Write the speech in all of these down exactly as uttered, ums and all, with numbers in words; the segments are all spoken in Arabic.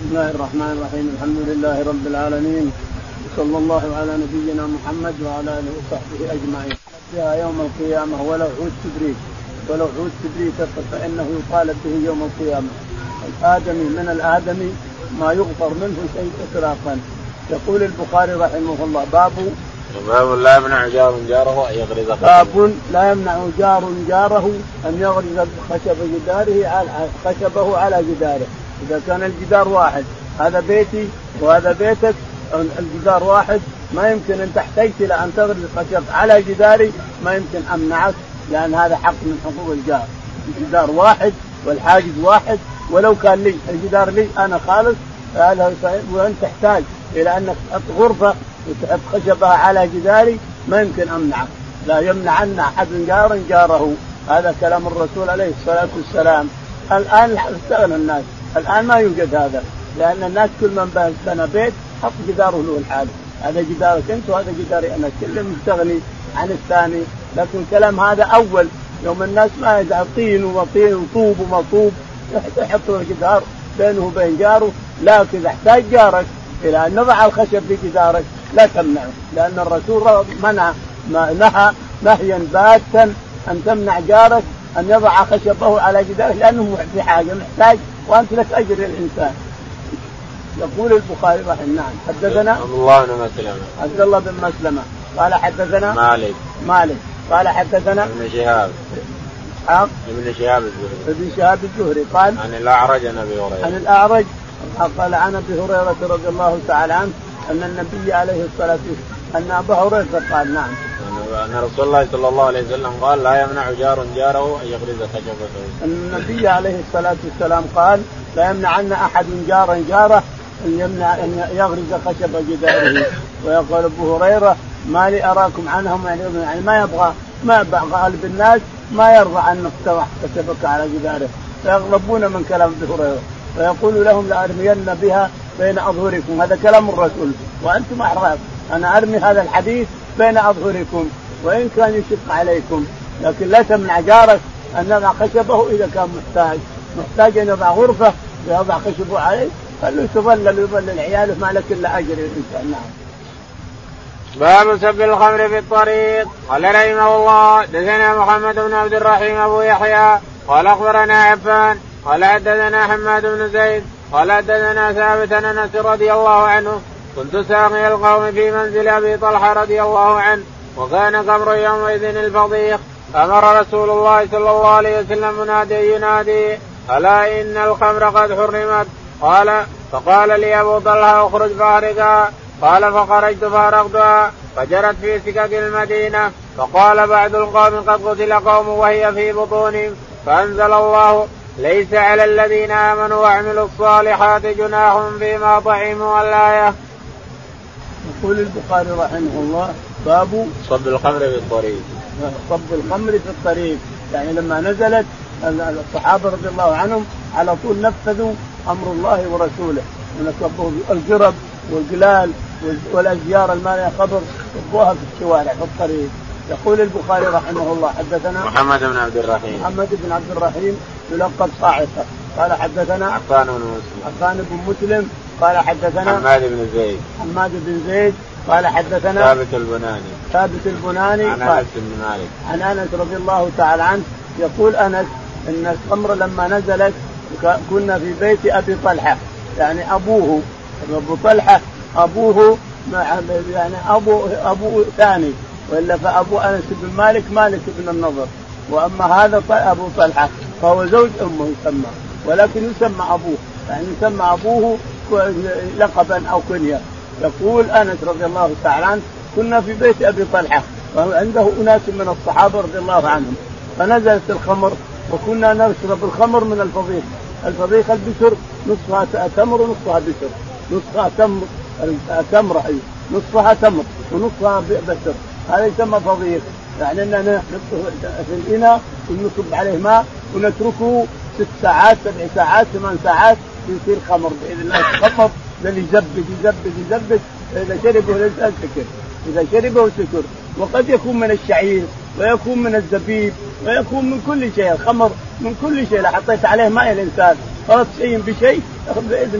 بسم الله الرحمن الرحيم. الحمد لله رب العالمين، وصلى الله على نبينا محمد وعلى اله وصحبه اجمعين. فيها يوم القيامه ولو عود كبريت ولو عود كبريت فانه يطالب به يوم القيامه. الادمي من الادمي ما يغفر منه شيء اطلاقا. يقول البخاري رحمه الله باب باب لا يمنع جار جاره ان يغرز باب لا يمنع جار جاره ان يغرز خشب جداره على خشبه على جداره. إذا كان الجدار واحد، هذا بيتي وهذا بيتك، الجدار واحد، ما يمكن أن تحتاج إلى أن تغرز خشب على جداري، ما يمكن أمنعك، لأن هذا حق من حقوق الجار. الجدار واحد والحاجز واحد، ولو كان لي الجدار لي أنا خالص، وأنت تحتاج إلى أنك تحط غرفة وتحط خشبها على جداري، ما يمكن أمنعك. لا يمنعن أحد جارا جاره. هذا كلام الرسول عليه الصلاة والسلام. الآن استغنى الناس، الآن ما يوجد هذا، لأن الناس كل من بنى بيت حط جداره له الحال. هذا جدارك أنت وهذا جداري أنا، كل مستغني عن الثاني. لكن كلام هذا أول يوم الناس ما يدعى طين وطين وطوب ومطوب يحطوا الجدار بينه وبين جاره. لكن إذا احتاج جارك إلى أن نضع الخشب في جدارك لا تمنعه، لأن الرسول منع نهى نهيا باتا أن تمنع جارك أن يضع خشبه على جداره، لأنه في حاجة محتاج وأنت لك أجر الإنسان. يقول البخاري رحمه الله نعم حدثنا عبد الله بن مسلمة عبد الله بن مسلمة قال حدثنا مالك مالك قال حدثنا ابن شهاب حق ابن شهاب الزهري ابن شهاب الزهري قال عن الأعرج عن أبي هريرة عن الأعرج قال عن أبي هريرة رضي الله تعالى عنه أن النبي عليه الصلاة والسلام أن أبا هريرة قال نعم أن رسول الله صلى الله عليه وسلم قال لا يمنع جار جاره أن يغرز خشبه. النبي عليه الصلاة والسلام قال لا يمنعن أحد جارا جاره أن يمنع أن يغرز خشب جداره. ويقول أبو هريرة ما لي أراكم عنهم، يعني ما يبغى ما يبغى غالب الناس ما يرضى أن تضع خشبك على جداره، فيغضبون من كلام أبو هريرة ويقول لهم لأرمين بها بين أظهركم. هذا كلام الرسول وأنتم أحرار، أنا أرمي هذا الحديث بين أظهركم وإن كان يشق عليكم. لكن لا تمنع جارك أن يضع خشبه إذا كان محتاج محتاج أن يضع غرفة ويضع خشبه عليه، فلو يتظلل ويظلل عياله ما لك إلا أجر الإنسان. نعم. باب سب الخمر في الطريق. قال رحمه الله دثنا محمد بن عبد الرحيم أبو يحيى قال أخبرنا عفان قال حدثنا حماد بن زيد قال حدثنا ثابت أن أنس رضي الله عنه كنت ساقي القوم في منزل أبي طلحة رضي الله عنه وكان قبر يومئذ الفضيق، أمر رسول الله صلى الله عليه وسلم منادي ينادي ألا إن الخمر قد حرمت. قال فقال لي أبو طلحة اخرج فارقها، قال فخرجت فارقتها فجرت في سكك المدينة. فقال بعض القوم قد قتل قوم وهي في بطونهم، فأنزل الله ليس على الذين آمنوا وعملوا الصالحات جناح فيما طعموا الآية. يقول البخاري رحمه الله باب صب الخمر في الطريق. صب الخمر في الطريق، يعني لما نزلت الصحابة رضي الله عنهم على طول نفذوا أمر الله ورسوله، ونصبوا الجرب والقلال والأزيار المالية خبر صبوها في الشوارع في الطريق. يقول البخاري رحمه الله حدثنا محمد بن عبد الرحيم محمد بن عبد الرحيم يلقب صاعقة قال حدثنا عفان بن مسلم عفان بن مسلم قال حدثنا حماد بن زيد حماد بن زيد قال حدثنا ثابت البناني ثابت البناني عن أنس بن مالك عن أنس رضي الله تعالى عنه يقول أنس إن الخمر لما نزلت كنا في بيت أبي طلحة، يعني أبوه أبو طلحة أبوه يعني أبو أبو ثاني، وإلا فأبو أنس بن مالك مالك بن النضر، وأما هذا أبو طلحة فهو زوج أمه يسمى، ولكن يسمى أبوه، يعني يسمى أبوه لقبا أو كنية. يقول أنس رضي الله تعالى عنه كنا في بيت أبي طلحة وعنده أناس من الصحابة رضي الله عنهم، فنزلت الخمر وكنا نشرب الخمر من الفضيخ. الفضيخ البشر نصفها تمر ونصفها بشر، نصفها تمر تمر أي نصفها تمر ونصفها بشر، هذا يسمى فضيخ. يعني أننا نحطه في الإناء ونصب عليه ماء ونتركه ست ساعات سبع ساعات ثمان ساعات يصير خمر بإذن الله. خمر الذي يزبد يزبد يزبد إذا شربه ليس سكر، إذا شربه سكر. وقد يكون من الشعير ويكون من الزبيب ويكون من كل شيء، الخمر من كل شيء. لو حطيت عليه ماء الإنسان خلط شيء بشيء بإذن الله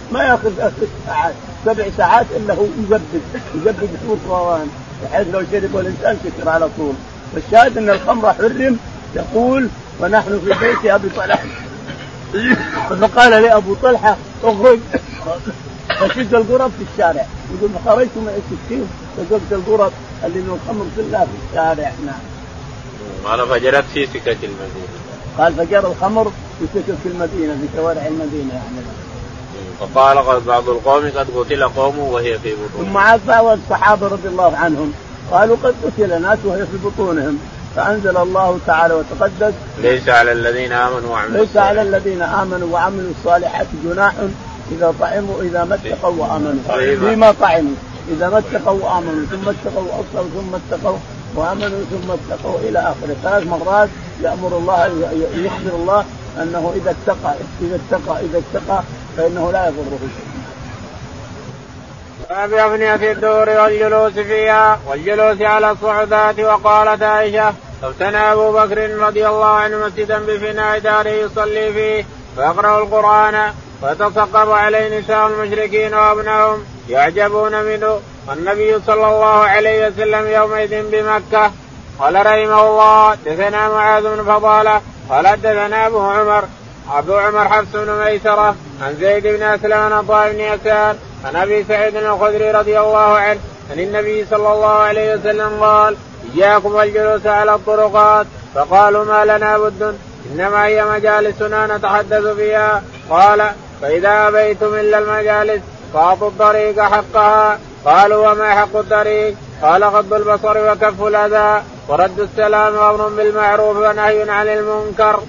ما ياخذ ست ساعات سبع ساعات الا هو يزبد يزبد طول روان بحيث لو شرب الانسان سكر على طول. فالشاهد ان الخمر حرم. يقول ونحن في بيت ابي طلحه فقال لي ابو طلحه اخرج فشد القرب في الشارع. يقول خرجت من السكين فشد القرب اللي من الخمر كلها في الشارع. نعم. قال فجرت في سكك المدينه. قال فجر الخمر في سكك المدينه في شوارع المدينه يعني. فقال قال بعض القوم قد قتل قوم وهي في بطونهم. ثم عاد بعض الصحابه رضي الله عنهم قالوا قد قتل ناس وهي في بطونهم. فأنزل الله تعالى وتقدس ليس على الذين آمنوا وعملوا ليس على الذين آمنوا وعملوا الصالحات جناح إذا طعموا إذا ما اتقوا وآمنوا فيما طعموا إذا ما اتقوا وآمنوا ثم اتقوا وأصلوا ثم اتقوا وآمنوا ثم اتقوا إلى آخره. ثلاث مرات يأمر الله يخبر الله أنه إذا اتقى إذا اتقى إذا اتقى فإنه لا يضره شيء. باب أبنية الدور والجلوس فيها والجلوس على الصعودات. وقالت عائشة افتنى أبو بكر رضي الله عنه مسجدا بفناء داره يصلي فيه فيقرأ القرآن ويتصقب عليه نساء المشركين وابنهم يعجبون منه والنبي صلى الله عليه وسلم يومئذ بمكة. قال رحمه الله دثنا معاذ بن فضالة قال دثنا أبو عمر أبو عمر حفص بن ميسرة عن زيد بن أسلم عن عطاء بن يسار عن أبي سعيد الخدري رضي الله عنه عن النبي صلى الله عليه وسلم قال إياكم والجلوس على الطرقات. فقالوا ما لنا بد إنما هي مجالسنا نتحدث فيها. قال فإذا أبيتم إلا المجالس فأعطوا الطريق حقها. قالوا وما حق الطريق؟ قال غض البصر وكف الأذى ورد السلام وأمر بالمعروف ونهي عن المنكر.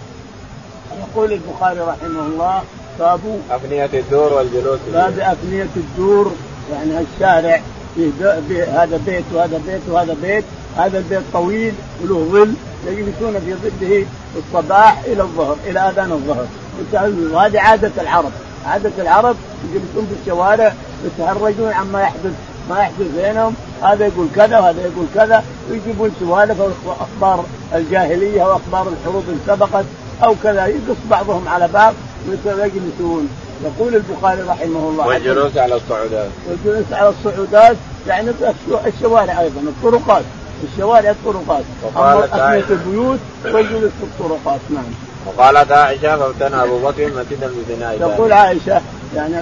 يقول البخاري رحمه الله باب أبنية الدور والجلوس. باب أبنية الدور يعني الشارع في هذا بيت وهذا بيت وهذا بيت. هذا البيت طويل وله ظل يجلسون في ظله الصباح إلى الظهر إلى أذان الظهر. وهذه عادة العرب. عادة العرب يجلسون في الشوارع يتهرجون عما يحدث ما يحدث بينهم. هذا يقول كذا وهذا يقول كذا ويجيبون سوالف وأخبار الجاهلية وأخبار الحروب سبقت أو كذا يقص بعضهم على بعض ويجلسون. يقول البخاري رحمه الله والجلوس على الصعودات. والجلوس على الصعودات يعني الشوارع أيضا الطرقات الشوارع الطرقات أبنية البيوت والجلوس في الطرقات. نعم. وقالت عائشة فافتنى أبو بكر مسجدا بفناء داره. تقول عائشة يعني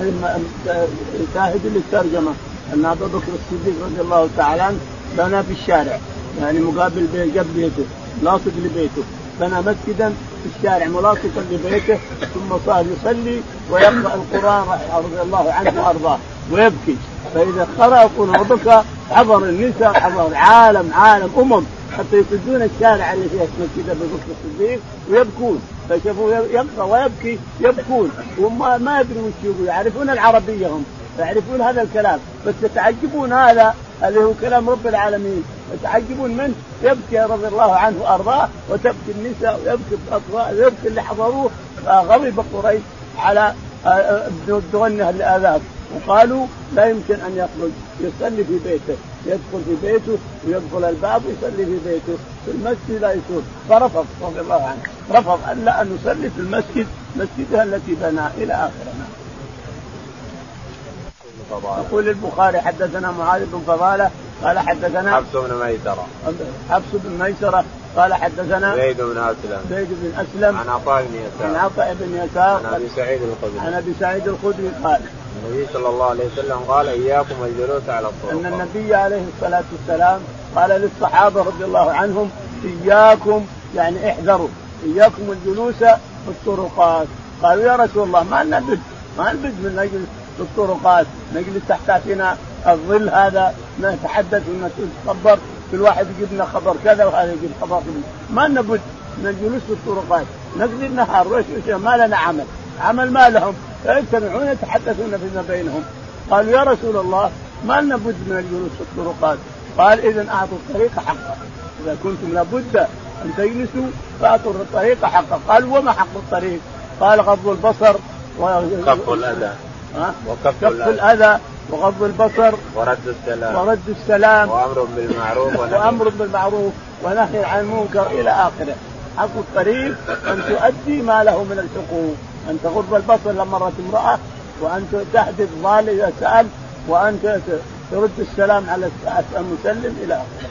شاهد للترجمة أن أبو بكر الصديق رضي الله تعالى عنه بنى في الشارع يعني مقابل جنب بيته لاصق لبيته بنى مسجدا في الشارع ملاصقا لبيته ثم صار يصلي ويقرأ القرآن رضي الله عنه وأرضاه ويبكي. فإذا قرأ القرآن وبكى حضر النساء حضر عالم عالم أمم حتى يسدون الشارع اللي فيه مسجد أبو بكر الصديق ويبكون. فشافوا يقرأ ويبكي يبكون وما ما يدرون وش يقول يعرفون العربية هم يعرفون هذا الكلام بس يتعجبون هذا اللي هو كلام رب العالمين يتعجبون منه. يبكي رضي الله عنه وأرضاه وتبكي النساء ويبكي الأطفال ويبكي اللي حضروه. غضب قريش على دونه الآذاب وقالوا لا يمكن أن يخرج يصلي في بيته يدخل في بيته ويدخل الباب ويصلي في بيته في المسجد لا يصير. فرفض رضي الله عنه رفض ألا أن يصلي في المسجد مسجدها التي بنى إلى آخره. يقول البخاري حدثنا معاذ بن فضالة قال حدثنا حفص بن ميسرة حفص بن ميسرة قال حدثنا زيد بن أسلم زيد بن أسلم عن عطاء بن يسار عن عطاء بن يسار عن أبي سعيد الخدري عن أبي سعيد الخدري قال النبي صلى الله عليه وسلم قال إياكم والجلوس على الطرقات. أن النبي عليه الصلاة والسلام قال للصحابة رضي الله عنهم إياكم يعني احذروا إياكم الجلوس في الطرقات. قالوا يا رسول الله ما نبد ما نبد من نجلس في الطرقات نجلس تحتنا الظل هذا نتحدث ونتخبر كل واحد يجيب لنا خبر كذا وهذا يجيب خبر كذا ما نبد من الجلوس في الطرقات نقضي النهار وإيش ما لنا عمل عمل ما لهم فيجتمعون يتحدثون فيما بينهم. قالوا يا رسول الله ما نبد من الجلوس في الطرقات. قال إذن أعطوا الطريق حقه إذا كنتم لابد أن تجلسوا فأعطوا الطريق حقه. قالوا وما حق الطريق؟ قال غض البصر وكف الأذى وكف الأذى وغض البصر ورد السلام ورد السلام وأمر بالمعروف وأمر بالمعروف ونهي عن المنكر إلى آخره. حق الطريق أن تؤدي ما له من الحقوق أن تغض البصر لما رأت امرأة وأنت تحدث ضال إذا سأل، وأنت ترد السلام على المسلم إلى آخره.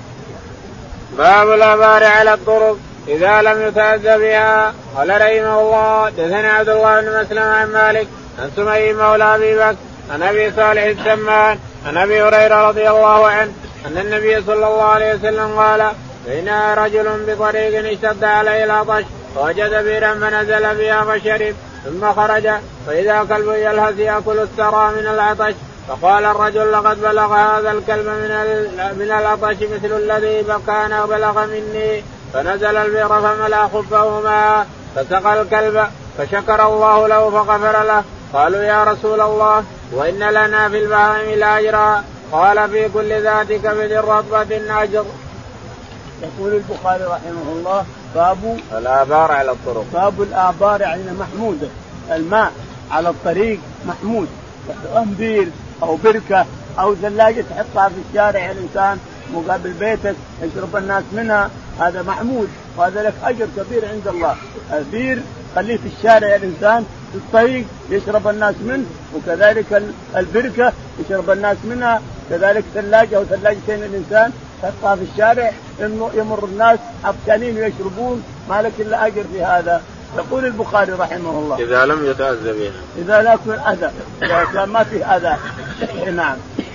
باب الآبار على الطرق إذا لم يتأذى بها. قال رحمه الله دثنا عبد الله بن مسلم عن مالك عن سمي مولى أبي بكر عن أبي صالح السمان عن أبي هريرة رضي الله عنه أن النبي صلى الله عليه وسلم قال بينما رجل بطريق اشتد عليه العطش فوجد بئرا فنزل فيها فشرب ثم خرج فإذا كلب يلهث يأكل الثرى من العطش فقال الرجل لقد بلغ هذا الكلب من من العطش مثل الذي كان بلغ مني، فنزل البئر فملأ خفه ماء فسقى الكلب فشكر الله له فغفر له. قالوا يا رسول الله وإن لنا في البهائم لأجرا؟ قال في كل ذات كبد رطبة أجر. يقول البخاري رحمه الله باب الآبار على الطرق. باب الآبار يعني محمودة، الماء على الطريق محمود، بير أو بركة أو ثلاجة تحطها في الشارع الإنسان مقابل بيتك يشرب الناس منها، هذا محمود وهذا لك أجر كبير عند الله. البير خليه في الشارع الإنسان في الطريق يشرب الناس منه، وكذلك البركة يشرب الناس منها، كذلك ثلاجة أو ثلاجتين الإنسان تحطها في الشارع يمر الناس عطشانين ويشربون، ما لك إلا أجر في هذا. يقول البخاري رحمه الله إذا لم يتأذى بها، إذا لا يكون أذى، إذا كان ما فيه أذى. نعم.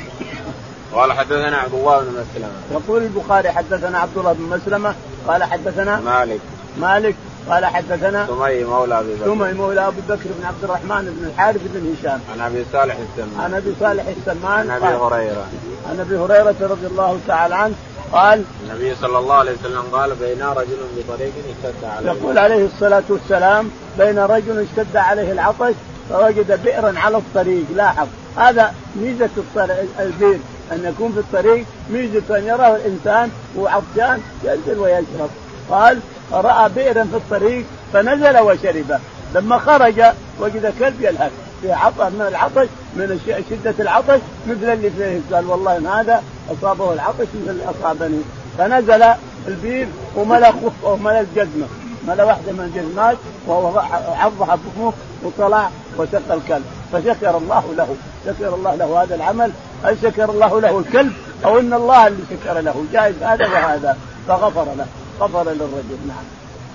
قال حدثنا عبد الله بن مسلمة. يقول البخاري حدثنا عبد الله بن مسلمة قال حدثنا مالك مالك قال حدثنا سمي مولى أبي بكر سمي مولى أبي بكر بن عبد الرحمن بن الحارث بن هشام عن أبي صالح السمان عن أبي صالح السمان عن أبي هريرة عن أبي هريرة رضي الله تعالى عنه قال النبي صلى الله عليه وسلم قال بين رجل بطريق اشتد عليه، يقول عليه الصلاة والسلام بين رجل اشتد عليه العطش فوجد بئرا على الطريق. لاحظ هذا ميزة البئر أن يكون في الطريق، ميزة أن يراه الإنسان وعطشان ينزل ويشرب. قال رأى بئرا في الطريق فنزل وشربه، لما خرج وجد كلب يلهث في عطش من العطش من شدة العطش مثل اللي فيه، قال والله هذا أصابه العطش مثل اللي أصابني، فنزل البئر وملأ خفه وملأ الجزمة، ملأ واحدة من الجزمات وهو عضها بفمه وطلع وسقى الكلب فشكر الله له. شكر الله له هذا العمل، هل شكر الله له الكلب أو إن الله اللي شكر له؟ جائز هذا وهذا، فغفر له، غفر للرجل. نعم.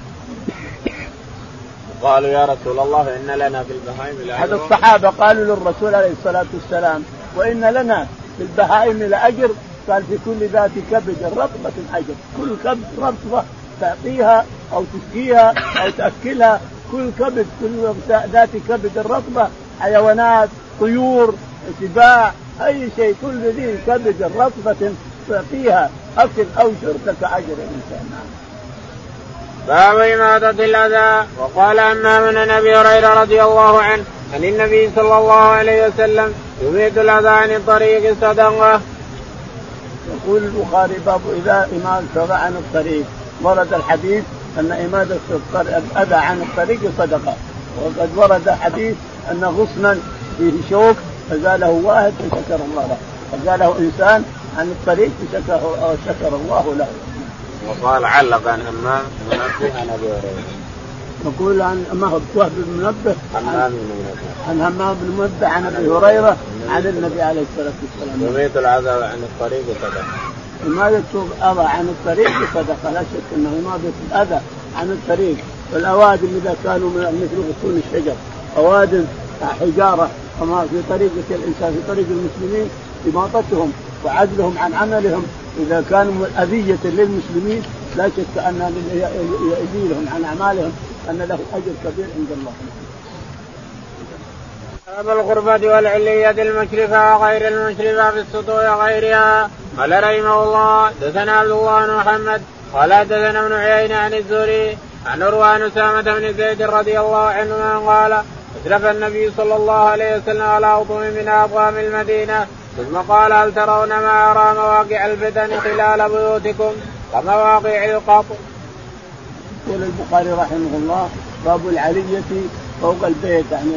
قالوا يا رسول الله إن لنا في البهائم لأجر. هذا الصحابة قالوا للرسول عليه الصلاة والسلام وإن لنا في البهائم لأجر؟ قال في كل ذات كبد رطبة أجر، كل كبد رطبة تعطيها أو تسقيها أو تأكلها، كل كبد كل ذات كبد الرطبة، حيوانات طيور سباع أي شيء، كل ذي كبد رطبة تعطيها أكل أو شرب لك أجر الإنسان. باب إماطة الأذى. وقال أما من أبي هريرة رضي الله عنه عن النبي صلى الله عليه وسلم يميت الأذى عن الطريق صدقة. يقول البخاري باب إذا إماطة عن الطريق، ورد الحديث أن إماطة الأذى عن الطريق صدقة، وقد ورد حديث أن غصنا فيه شوك فزاله واحد فشكر الله له، فزاله إنسان عن الطريق فشكر الله له. وقال علق عن همام منبه عن أبي هريرة. يقول عن ما هو وهب بن منبه عن, عن همام بن منبه عن أبي هريرة عن النبي عليه الصلاة والسلام. يميت الأذى عن الطريق صدقة. إماطة الأذى عن الطريق صدقة، لا شك أنه إماطة الأذى عن الطريق. والأوادم إذا كانوا مثل غصون الشجر، أوادم حجارة وما في طريقة الإنسان في طريق المسلمين، إماطتهم وعزلهم عن عملهم إذا كانوا أذية للمسلمين لا شك أن يزيلهم عن أعمالهم أن له أجر كبير عند الله. باب الغربة والعلية المشرفة وغير المشرفة في السطوع وغيرها. قال رحمه الله دثنا عبد الله بن محمد قال دثنا ابن عيينة عن الزهري عن عروة أسامة بن زيد رضي الله عنهما قال أسرف النبي صلى الله عليه وسلم على أطعم من أطعام المدينة ثم قال هل ترون ما أرى مواقع الفتن خلال بيوتكم كمواقع القط. يقول البخاري رحمه الله باب العلية فوق البيت، يعني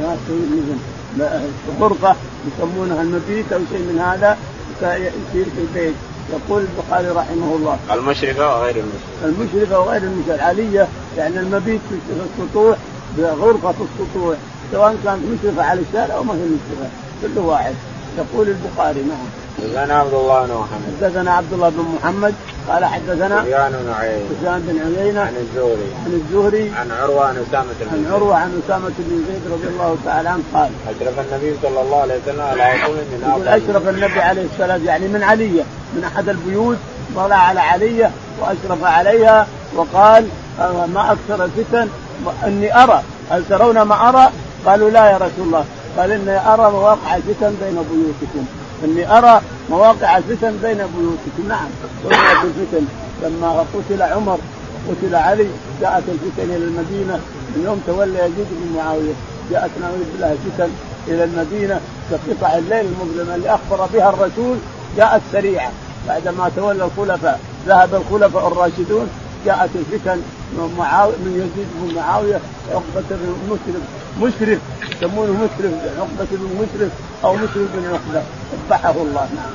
غرفة يسمونها المبيت أو شيء من هذا يصير في البيت. يقول البخاري رحمه الله المشرفة وغير المشرفة. المشرفة وغير المشرفة. العلية يعني المبيت في السطوح، بغرفة في السطوح، سواء كانت مشرفة على الشارع أو ما هي مشرفة كل واحد. يقول البخاري نعم. حدثنا عبد الله بن محمد حدثنا عبد الله بن محمد قال حدثنا سفيان بن عيينة سفيان بن عيينة عن الزهري عن الزهري عن عروة عن أسامة بن عن عروة عن أسامة بن زيد رضي الله تعالى عنه قال أشرف النبي صلى الله عليه وسلم على عقوم من يقول أشرف النبي عليه السلام يعني من علية من أحد البيوت طلع على علية وأشرف عليها وقال ما أكثر الفتن إني أرى هل ترون ما أرى؟ قالوا لا يا رسول الله. قال إني أرى مواقع الفتن بين بيوتكم إني أرى مواقع الفتن بين بيوتكم. نعم وقعت الفتن لما قتل عمر قتل علي جاءت الفتن إلى المدينة من يوم تولى يزيد بن معاوية جاءت نعوذ بالله الفتن إلى المدينة كقطع الليل المظلمة اللي أخبر بها الرسول جاءت سريعة بعدما تولى الخلفاء ذهب الخلفاء الراشدون جاءت الفتن من معاوية من يزيد بن معاوية عقبة بن مسرف مسرف يسمونه مسرف عقبة بن مسرف أو مسرف بن عقبة ذبحه الله. نعم.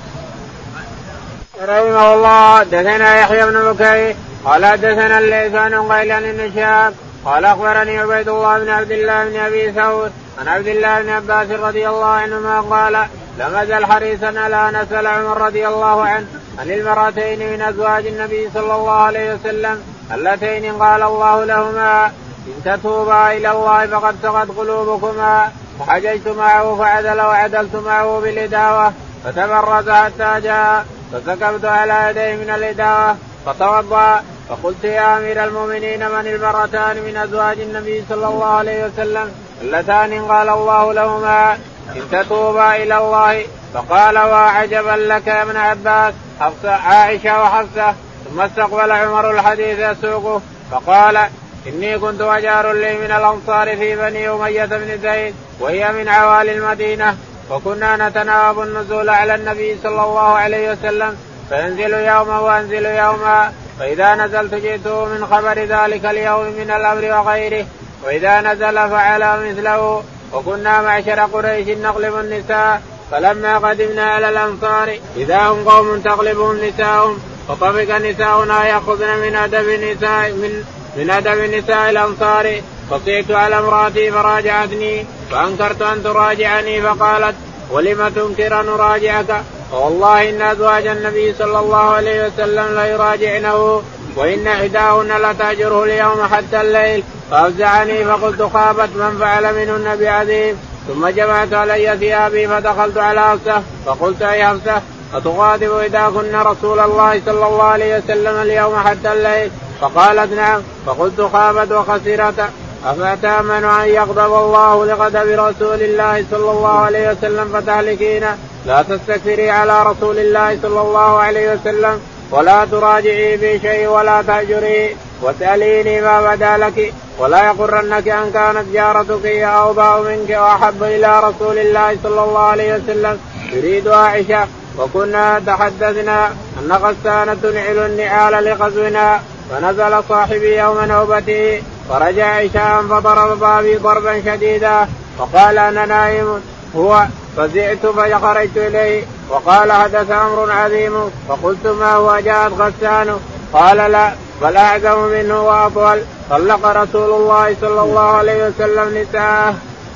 رحمه الله. دثنا يحيى بن بكير قال دثنا الليث عن غيلان بن شهاب قال أخبرني عبيد الله بن عبد الله بن أبي ثور عن عبد الله بن عباس رضي الله عنهما قال لم أزل حريصا على أن أسأل عمر رضي الله عنه عن المرأتين من أزواج النبي صلى الله عليه وسلم اللتين قال الله لهما إن تتوبا إلى الله فقد سقت قلوبكما وحججت معه فعدل وعدلت معه بالإداوة فتبرز حتى جاء فسكبت على يديه من الإداوة فتوضأ فقلت يا أمير المؤمنين من المرأتان من أزواج النبي صلى الله عليه وسلم اللتان قال الله لهما إن تتوبا إلى الله؟ فقال وعجبا لك يا ابن عباس حفصة عائشة وحفصة. ثم استقبل عمر الحديث يسوقه فقال إني كنت وجار لي من الأنصار في بني أمية بن زيد وهي من عوالي المدينة وكنا نتناوب النزول على النبي صلى الله عليه وسلم فينزل يوما وأنزل يوما فإذا نزلت جئته من خبر ذلك اليوم من الأمر وغيره وإذا نزل فعل مثله. وكنا معشر قريش نقلب النساء فلما قدمنا على الأنصار إذا هم قوم تغلبهم نساءهم فطفق نساؤنا يأخذن من أدب النساء من من أدب النساء الأنصار فصيت على امرأتي فراجعتني فأنكرت أن تراجعني فقالت ولم تنكر أن أراجعك فوالله إن أزواج النبي صلى الله عليه وسلم لا يراجعنه وإن إحداهن لتأجره اليوم حتى الليل فأفزعني فقلت خابت من فعل منهن بعظيم. ثم جمعت علي ثيابي فدخلت على حفصة فقلت أي حفصة أتغاضب إذا كنا رسول الله صلى الله عليه وسلم اليوم حتى الليل؟ فقالت نعم. فقلت خابت وخسرت أفتأمن أن يغضب الله لغضب رسول الله صلى الله عليه وسلم فتهلكين؟ لا تستكثري على رسول الله صلى الله عليه وسلم ولا تراجعي في شيء ولا تهجري واسأليني ما بدا لك ولا يغرنك أن كانت جارتك هي أوضع منك وأحب إلى رسول الله صلى الله عليه وسلم يريد عائشة. وكنا تحدثنا أن غسانة تنعل النعال لغزونا فنزل صاحبي يوم نوبته فرجع عشاء فضرب بابي ضربا شديدا وقال أنا نائم هو فزعت فخرجت إليه وقال حدث أمر عظيم فقلت ما هو؟ جاءت غسان قال لا بل أعظم منه وأطول طلق رسول الله صلى الله عليه وسلم نساءه.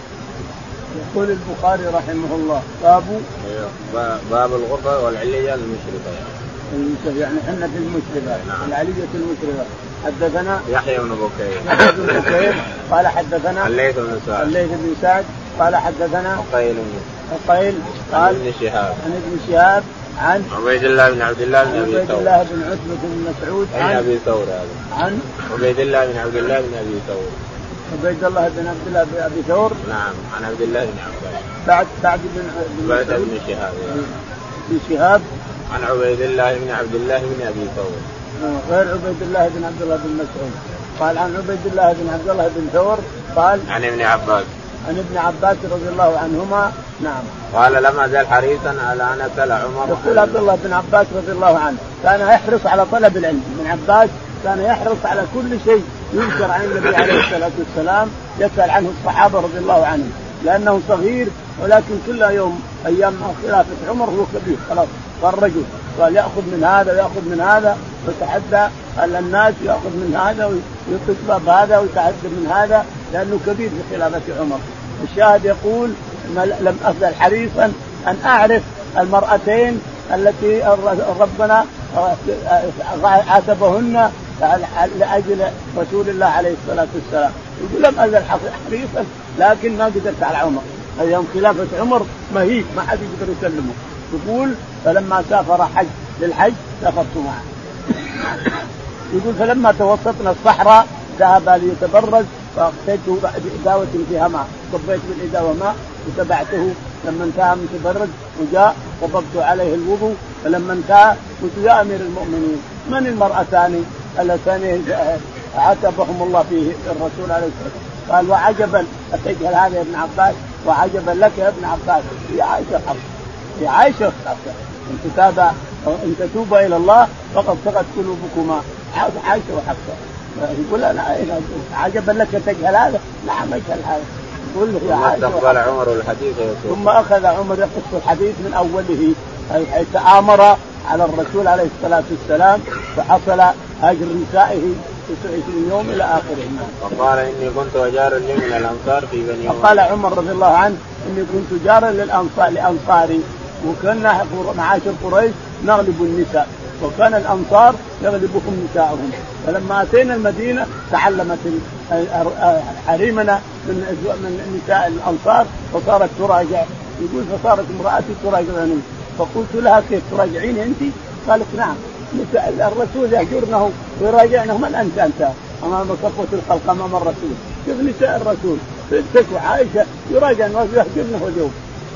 يقول البخاري رحمه الله باب باب الغرفة والعلية المشرفة يعني حنا في المشرفة العلية المشرفة. حدثنا يحيى بن بكير يحيى بن بكير قال حدثنا الليث بن سعد الليث بن سعد قال حدثنا قيل قيل قال ابن شهاب عن ابن شهاب عن عبيد الله بن عبد الله بن ابي ثور عبيد الله بن عتبة بن مسعود عن ابي ثور هذا عن عبيد الله بن عبد الله بن ابي ثور عبيد الله بن عبد الله بن ابي ثور نعم عن عبد الله بن عباس بعد بعد بن بعد ابن شهاب بن شهاب عن عبيد الله بن عبد الله بن ابي ثور غير عبيد الله بن عبد الله بن مسعود. قال عن عبيد الله بن عبد الله بن ثور قال عن ابن عباس عن ابن عباس رضي الله عنهما نعم قال لما زال حريصا على ان اسال عمر. يقول عبد الله بن عباس رضي الله عنه كان يحرص على طلب العلم. ابن عباس كان يحرص على كل شيء يذكر عن النبي عليه الصلاه والسلام يسال عنه الصحابه رضي الله عنهم لانه صغير ولكن كل يوم ايام خلافه عمر هو كبير خلاص صار رجل قال ياخذ من هذا وياخذ من هذا ويتحدى الناس يأخذ من هذا ويطلب هذا ويتعدى من هذا لأنه كبير في خلافة عمر. الشاهد يقول لم أزل حريصا أن أعرف المرأتين التي ربنا عاتبهن لأجل رسول الله عليه الصلاة والسلام. يقول لم أزل حريصا لكن ما قدرت على عمر. أيام خلافة عمر مهيب ما حد يقدر يسلمه. يقول فلما سافر حج للحج سافرت معه. يقول فلما توسطنا الصحراء ذهب ليتبرز فأخذت إداوة فيها ماء صبيت بالإداوة ماء وتبعته. لما انتهى من تبرد وجاء صببت عليه الوضوء. فلما انتهى قلت يا أمير المؤمنين من المرأتان اللتان عاتبهم الله فيه الرسول عليه الصلاة والسلام؟ قال وعجبا أتجهل هذا يا ابن عباس وعجبا لك يا ابن عباس يا عائشة حفصة يا عائشة حفصة إن تتابع إن تتوبا إلى الله فقد سقت قلوبكما عائشة وحفصة. يقول أنا عجبا لك تجهل هذا؟ نعم أجهل هذا. يقول يا عائشة استقبل عمر الحديث ثم أخذ عمر يقص الحديث من أوله حيث تآمر على الرسول عليه الصلاة والسلام فحصل هجر نسائه تسعة وعشرين يوم إلى آخره. فقال إني كنت جارا لي من الأنصار في بني أمية. فقال عمر رضي الله عنه إني كنت جارا للأنصار لأنصاري وكنا معاشر قريش نغلب النساء وكان الأنصار يغلبهم نساءهم. فلما أتينا المدينة تعلمت حريمنا من من نساء الأنصار وصارت تراجع. يقول فصارت امرأتي تراجعني فقلت لها كيف تراجعين أنت؟ قالت نعم الرسول يهجرنه ويراجعنه. من أنت أنت أمام صفوة الخلق أمام الرسول؟ شوف نساء الرسول بنتك وعائشة يراجعن ويهجرنه اليوم.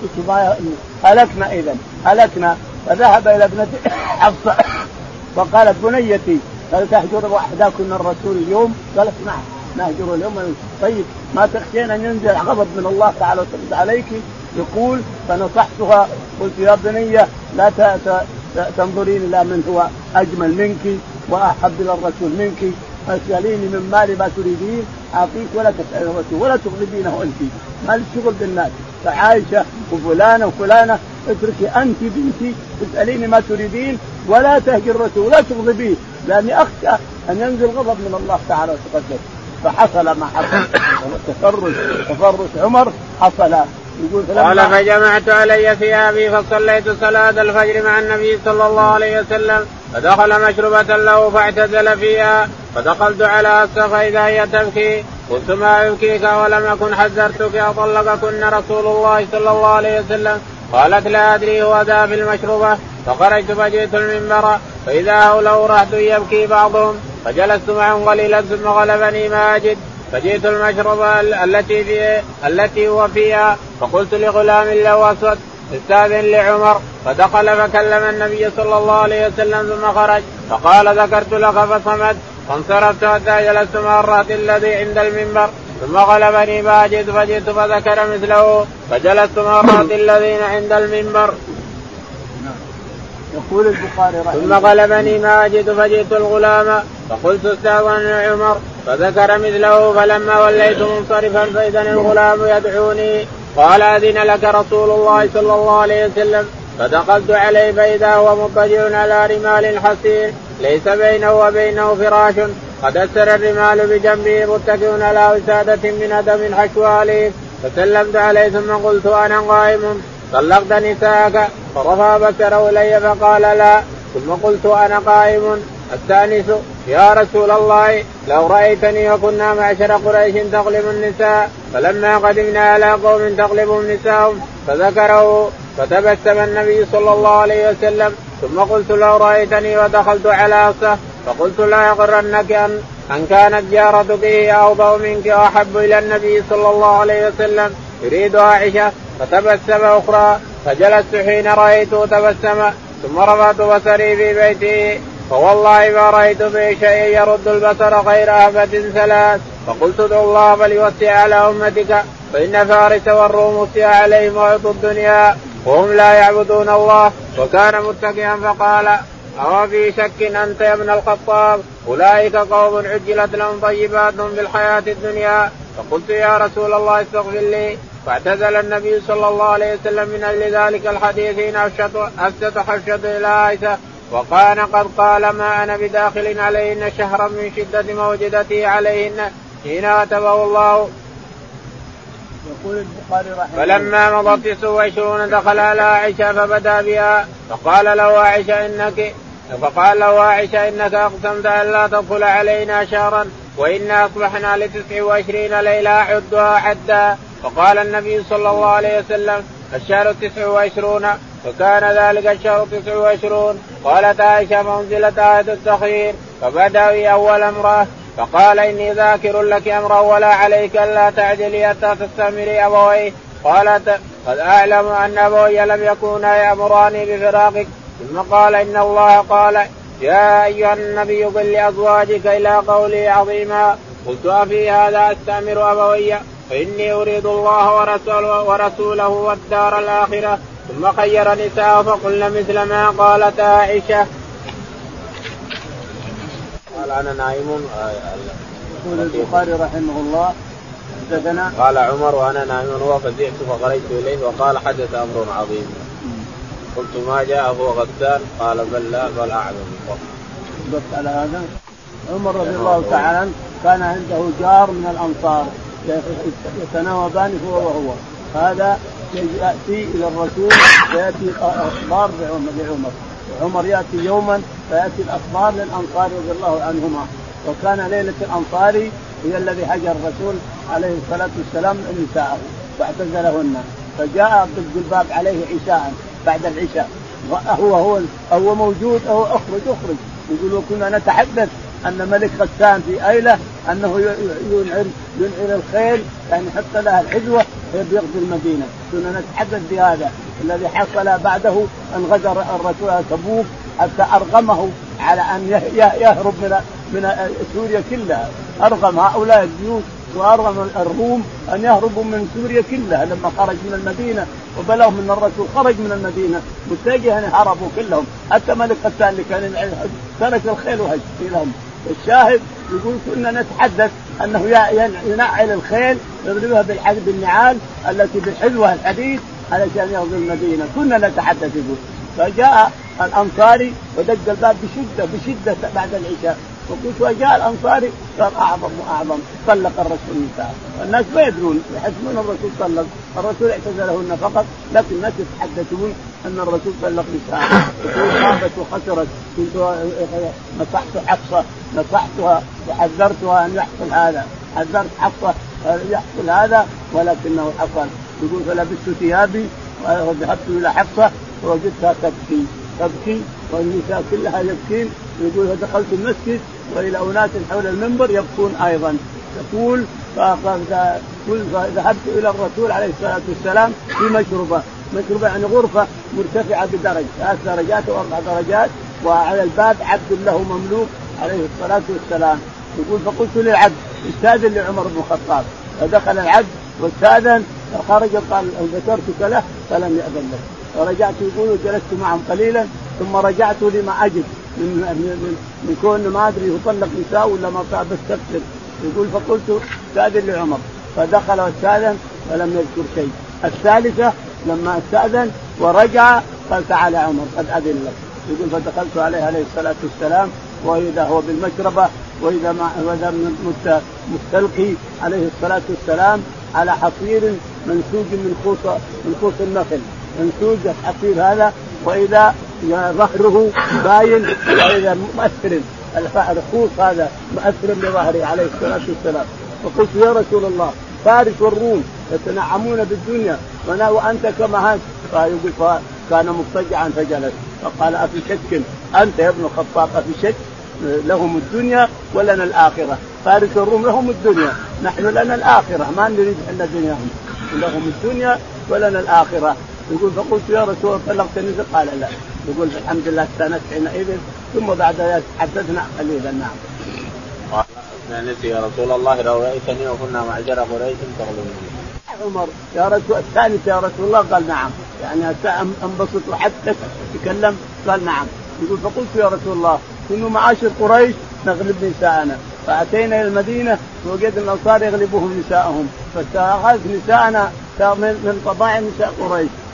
هلكنا إذن هلكنا. فذهب إلى ابنته حفصة فقالت بنيتي هل تهجر وحداكن الرسول اليوم؟ قالت نعم نهجر اليوم. طيب ما تخشين أن ينزل غضب من الله تعالى وترد عليك؟ يقول فنصحتها قلت يا بنية لا تنظرين إلى من هو أجمل منك وأحب إلى الرسول منك. اسأليني من مالي ما تريدين أعطيك ولا تسأل الرسول ولا تغلبينه أنت ما الشغل بالناس. فعائشة وفلانة وفلانة اتركي أنت بنتي تسأليني ما تريدين ولا تهجر الرسول ولا تغضبيه لأني أخشى أن ينزل غضب من الله تعالى وتقدس. فحصل ما حصل تفرج تفرج عمر حصل. يقول قال فجمعت علي ثيابي فصليت صلاة الفجر مع النبي صلى الله عليه وسلم فدخل مشربة له فاعتزل فيها فدخلت على أسفة فإذا هي تبكي قلت ما يبكيك ولم أكن حذرتك أطلقكن رسول الله صلى الله عليه وسلم؟ قالت لا أدري هو ذا في المشربة. فخرجت فجئت المنبر فإذا هؤلاء رهط يبكي بعضهم فجلست معهم قليلا ثم غلبني ما أجد فجئت المشربة التي فيه التي هو فيها فقلت لغلام له أسود استاذن لعمر فدخل فكلم النبي صلى الله عليه وسلم ثم خرج فقال ذكرت لك فصمت فانصرفت حتى جلست مع الرهط الذي عند المنبر ثم غلبني ما أجد فجئت فذكر مثله فجلست مع الرهط الذين عند المنبر. يقول البخاري ثم غلبني ما أجد فجئت الغلام فقلت استاذن عمر فذكر مثله فلما وليت منصرفا فإذا الغلام يدعوني قال أذن لك رسول الله صلى الله عليه وسلم. فدخلت عليه فإذا هو مضطجع على رمال حصير ليس بينه وبينه فراش قد أسر الرمال بجنبه متكئ على وسادة من أدم حشوها لي فسلمت عليه ثم قلت أنا قائم طلقت نساءك؟ فرفع بصره إلي فقال لا. ثم قلت أنا قائم الثاني يا رسول الله لو رأيتني وكنا معشر قريش تغلب النساء فلما قدمنا على قوم تغلبهم نساءهم فذكره فتبسم النبي صلى الله عليه وسلم. ثم قلت لو رأيتني ودخلت على أصه فقلت لا يغرنك أن, أن كانت جارتك هي أوضع منك وأحب إلى النبي صلى الله عليه وسلم يريد عائشة. فتبسم أخرى فجلست حين رأيته تبسم ثم رفعت بصري في بيته فوالله ما رأيت به شيء يرد البصر غير أهبة ثلاث. فقلت ادعو الله فليوسع على أمتك فإن فارس والروم وسع عليهم وعطوا الدنيا وهم لا يعبدون الله. وكان متكئا فقال أو في شك أنت يا ابن الخطاب أولئك قوم عجلت لهم طيباتهم في الحياة الدنيا. فقلت يا رسول الله استغفر لي. فاعتزل النبي صلى الله عليه وسلم من أجل ذلك الحديث أفشت حفشة إلى عائشة وكان قد قال ما أنا بداخل عليهن شهرا من شدة موجدتي عليهن حين أتبه الله. يقول البخاري رحمه الله فلما مضت تسع وعشرون دخل على عائشة فبدا بها فقال له عائشة إنك فقال له عائشة إنك أقسمت أن لا تدخل علينا شهرا وإنا أصبحنا لتسع وعشرين ليلة عدها عدا. فقال النبي صلى الله عليه وسلم الشهر تسع وعشرون فكان ذلك الشهر تسع وعشرون. قالت عائشة فأنزلت آية التخيير فبدأ بي أول امرأة فقال إني ذاكر لك أمرا ولا عليك ألا تعجلي حتى تستأمري أبويه. قالت قد أعلم أن أبوي لم يكونا يأمراني بفراقك. ثم قال إن الله قال يا أيها النبي قل لأزواجك إلى قولي عظيما. قلت أفي هذا أستأمر أبوي فإني أريد الله ورسوله, ورسوله والدار الآخرة. ثم خير نساء فقلن مثل ما قالت عائشة. قال أنا نائم. يقول البخاري رحمه الله حدثنا قال عمر وأنا نائم وفزعت فخرجت إليه وقال حدث أمر عظيم. قلت ما جاء هو غسان؟ قال بل لا بل أعلم. بس على هذا عمر رضي الله تعالى عنه كان عنده جار من الأنصار يتناوبان هو وهو. هذا يأتي إلى الرسول ويأتي أخبار لعمر وعمر يأتي يوما فيأتي الأخبار للأنصار رضي الله عنهما. وكان ليلة الأنصار هي الذي هجر الرسول عليه الصلاة والسلام نساءه فاعتزلهن. فجاء بالباب عليه عشاء بعد العشاء هو هو هو موجود أو أخرج أخرج يقول كنا نتحدث أن ملك غسان في أيلة أنه ينعر ينعر الخيل يعني يحط لها الحذوة بيغزو المدينة. كنا نتحدث بهذا الذي حصل بعده أن غزا الرسول تبوك حتى أرغمه على أن يهرب من من سوريا كلها. أرغم هؤلاء الجيوش وأرغم الروم أن يهربوا من سوريا كلها لما خرج من المدينة وبلغهم من الرسول خرج من المدينة متجها هربوا كلهم حتى ملك غسان اللي كان ترك الخيل وهج لهم. الشاهد يقول كنا نتحدث أنه ينعل الخيل يضربها بالنعال التي بالحذوة الحديد علشان يغزو المدينة. كنا نتحدث يقول فجاء الأنصاري ودق الباب بشدة بشدة بعد العشاء وقلت وجاء الأنصاري صار أعظم وأعظم طلق الرسول نساء. الناس ما يدرون يحسبون الرسول طلق الرسول اعتزلهن فقط لكن الناس يتحدثون أن الرسول طلق نساء. يقول خابت وخسرت كنت نصحت حفصة نصحتها وحذرتها أن يحصل هذا حذرت حفصة يحصل هذا ولكنه حصل. يقول فلبست ثيابي وذهبت إلى حفصة ووجدتها تبكي تبكي والنساء كلها يبكين. يقول فدخلت المسجد وإلى أناس حول المنبر يبكون أيضا. تقول فذهبت إلى الرسول عليه الصلاة والسلام في مشربة مشربة يعني غرفة مرتفعة بدرج ثلاث درجات أو أربع درجات وعلى الباب عبد له مملوك عليه الصلاة والسلام. يقول فقلت للعبد استاذن لعمر بن الخطاب فدخل العبد واستاذن فخرج قال ذكرتك له فلم يأذن له. ورجعت يقول وجلست معهم قليلا ثم رجعت لما أجد من, من, من كون ما أدري يطلق نساء ولا ما بستفسر. يقول فقلت استاذن لعمر فدخل واستاذن فلم يذكر شيء. الثالثة لما استاذن ورجع قال تعال عمر قد أذن لك. يقول فدخلت عليه عليه الصلاة والسلام وإذا هو بالمشربة وإذا ما وإذا مستلقي عليه الصلاة والسلام على حصير منسوج من خوص من خوص النخل منسوج الحصير هذا وإذا ظهره باين وإذا مؤثر الخوص هذا مؤثر بظهره عليه الصلاة والسلام. فقلت يا رسول الله فارس والروم يتنعمون بالدنيا وانا وانت كما هذا. فيقول كان مضطجعا فجلس فقال افي شك انت يا ابن الخطاب افي شك لهم الدنيا ولنا الآخرة. فارس والروم لهم الدنيا نحن لنا الآخرة ما نريد أن دنياهم لهم الدنيا ولنا الآخرة. يقول فقلت يا رسول الله طلقت النساء قال لا. يقول الحمد لله استانست حينئذ ثم بعد ذلك حدثنا قليلا. نعم قال نسي يا رسول الله لو رأيتني وكنا معجر قريش تغلبني. عمر يا رسول الثالث يا رسول الله قال نعم يعني انبسط وحدث تكلم قال نعم. يقول فقلت يا رسول الله كنا معاشر قريش نغلب نساءنا فأتينا إلى المدينة ووجد الأنصار يغلبهم نساءهم فاستأخذ نساءنا من طباع نساء قريش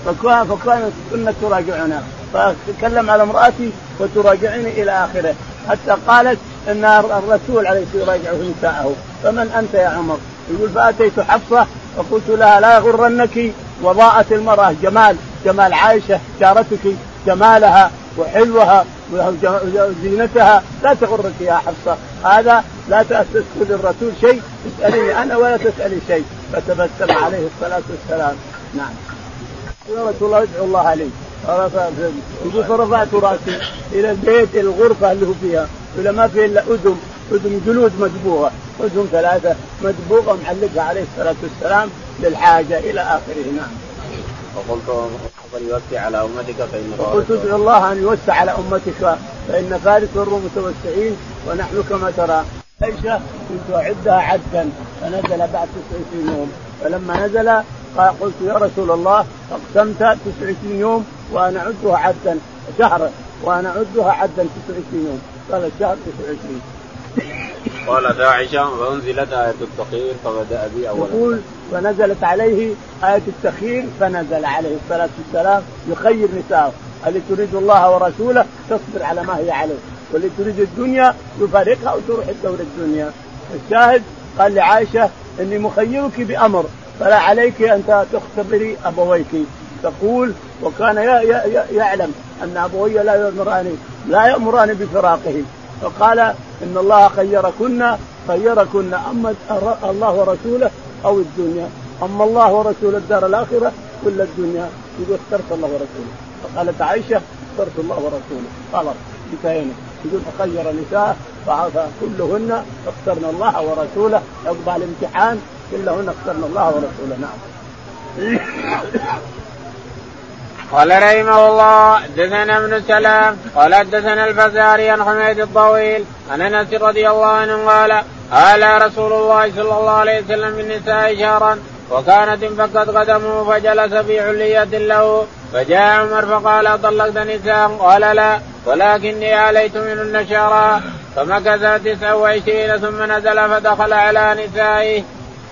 فكان فكانت كنا تراجعنا، فتكلم على امرأتي وتراجعني إلى آخره، حتى قالت إن الرسول عليه الصلاة والسلام يراجع نساءه. فمن أنت يا عمر؟ يقول فأتيت حفصة فقلت لها لا يغرنك وضاءت المرأة جمال جمال عائشة جارتك، جمالها وحلوها وزينتها لا تغرك يا حفصة، هذا لا تسأل الرسول شيء، اسألني أنا ولا تسألي شيء. فتبسم عليه الصلاة والسلام. نعم. يا رسول الله ادعو الله عليه. يقول فرفعت رأسي إلى البيت إلى الغرفة اللي هو فيها، ولا ما فيه إلا أذن أذن جلود مدبوغة، أذن ثلاثة مدبوغة معلقها عليه الصلاة والسلام للحاجة إلى آخره. نعم. وقلت يوسع على أمتك فإن وقلت ادعو الله أن يوسع على أمتك فإن فارس والروم متوسعين ونحن كما ترى. عائشة كنت أعدها عدا فنزل بعد تسعة وعشرين يوم، فلما نزل قلت يا رسول الله أقسمت تسعة وعشرين يوم وأنا أعدها عدا شهر وأنا أعدها عدا تسعة وعشرين يوم، قال الشهر تسعة وعشرين. قالت عائشة فأنزلت آية التخيير فبدأ بي أولا. يقول فنزلت عليه آية التخيير فنزل عليه الصلاة والسلام يخير نساءه، اللي تريد الله ورسوله تصبر على ما هي عليه، واللي تريد الدنيا يفارقها وتروح الدور الدنيا. الشاهد قال لعائشة إني مخيرك بأمر فلا عليك أن تختبري أبويك. تقول وكان يعلم أن أبوي لا يأمراني لا يأمراني بفراقه، فقال إن الله خيركن خيركن أما الله ورسوله أو الدنيا، أما الله ورسوله الدار الآخرة ولا الدنيا، يقول اخترت الله ورسوله. فقالت عائشة اخترت الله ورسوله، خلاص انتهينا. يقول فخير نساء فكلهن اخترنا الله ورسوله، يقبل الامتحان كلهن اخترنا الله ورسوله. نعم. قال رحمه الله حدثنا ابن سلام قال حدثنا الفزاري عن حميد الطويل عن انس رضي الله عنه قال آل رسول الله صلى الله عليه وسلم بالنساء شهرا وكانت انفكت قدمه فجلس في علية له، فجاء عمر فقال أطلقت نساء؟ قال لا ولكني آليت منهن شهرا، فمكث تسعة وعشرين ثم نزل فدخل على نسائه.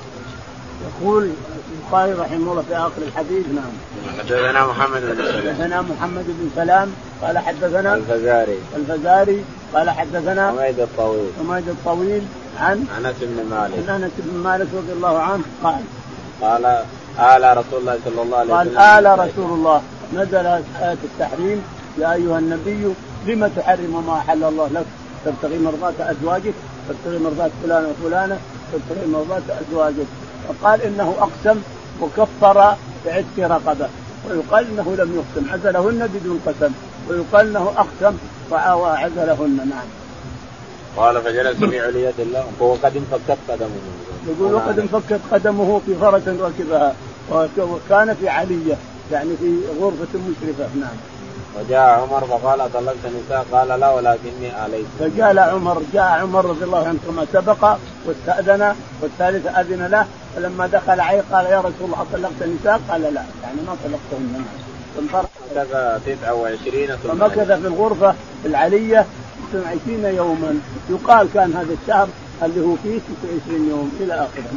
يقول البخاري رحمه الله في آخر الحديث. نعم. حدثنا محمد بن سلام حدثنا محمد بن سلام قال حدثنا الفزاري الفزاري قال حدثنا حميد الطويل حميد الطويل عن أنس بن مالك عن أنس بن مالك رضي الله عنه قال قال آل رسول الله صلى الله عليه وسلم قال آل رسول الله نزل آية التحريم يا أيها النبي لما تحرم ما أحل الله لك تبتغي مرضات أزواجك تبتغي مرضات فلان وفلانة تبتغي مرضات أزواجك. وقال إنه أقسم وكفر بعتق رقبة، ويقال إنه لم يقسم عزلهن بدون قسم، ويقال إنه أقسم وعزلهن. نعم. قال فجلس في علية الله وقد انفكت قدمه. يقول وقد انفكت قدمه في فرس ركبها وكان في علية يعني في غرفة مشرفة. نعم. وجاء عمر فقال أطلقت نساء؟ قال لا ولكني آليت. فجاء عمر جاء عمر رضي الله عنه كما سبق واستأذن والثالث أذن له، فلما دخل عليه قال يا رسول الله أطلقت نساء؟ قال لا يعني ما طلقتهن. فمكث تسعة وعشرين فمكث في الغرفة العلية تسعة وعشرين يوما، يقال كان هذا الشهر اللي هو فيه تسعة وعشرين يوم إلى آخره.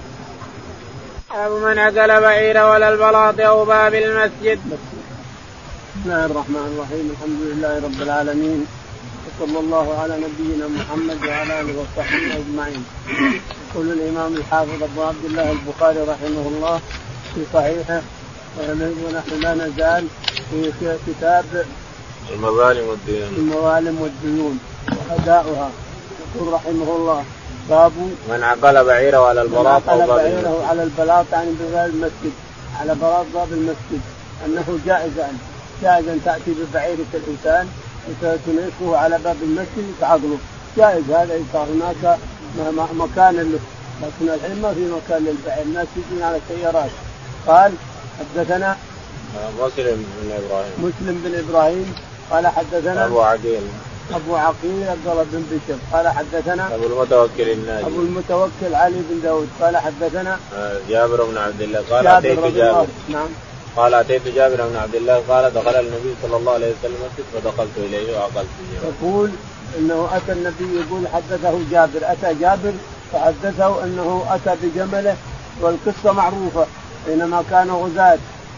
باب من أكل بعير ولا البلاط أو باب المسجد. بسم الله الرحمن الرحيم الحمد لله رب العالمين وصلى الله على نبينا محمد وعلى آله وصحبه أجمعين. يقول الإمام الحافظ أبو عبد الله البخاري رحمه الله في صحيحه ونحن لا نزال في كتاب المظالم والديون المظالم والديون وأداؤها. يقول رحمه الله باب من عقل بعيره على البلاط أو باب بعيره على البلاط يعني بباب المسجد على بلاط باب المسجد أنه جائز أن جائز أن تأتي ببعيرة الإنسان وتنعكه على باب المسجد وتعقله جائز، هذا إذا هناك مكان له، لكن الحين ما في مكان للبعير، الناس يجون على سيارات. قال حدثنا مسلم بن إبراهيم مسلم بن إبراهيم قال حدثنا أبو عقيل أبو عقيل عبد الله بن بشر قال حدثنا أبو المتوكل الناجي أبو المتوكل علي بن داود قال حدثنا جابر بن عبد الله قال جابر أتيت جابر نعم قال أتيت جابر بن عبد الله قال دخل النبي صلى الله عليه وسلم المسجد فدخلت إليه وعقلت فيه. يقول إنه أتى النبي يقول حدثه جابر أتى جابر فحدثه أنه أتى بجمله، والقصة معروفة حينما كانوا غزاة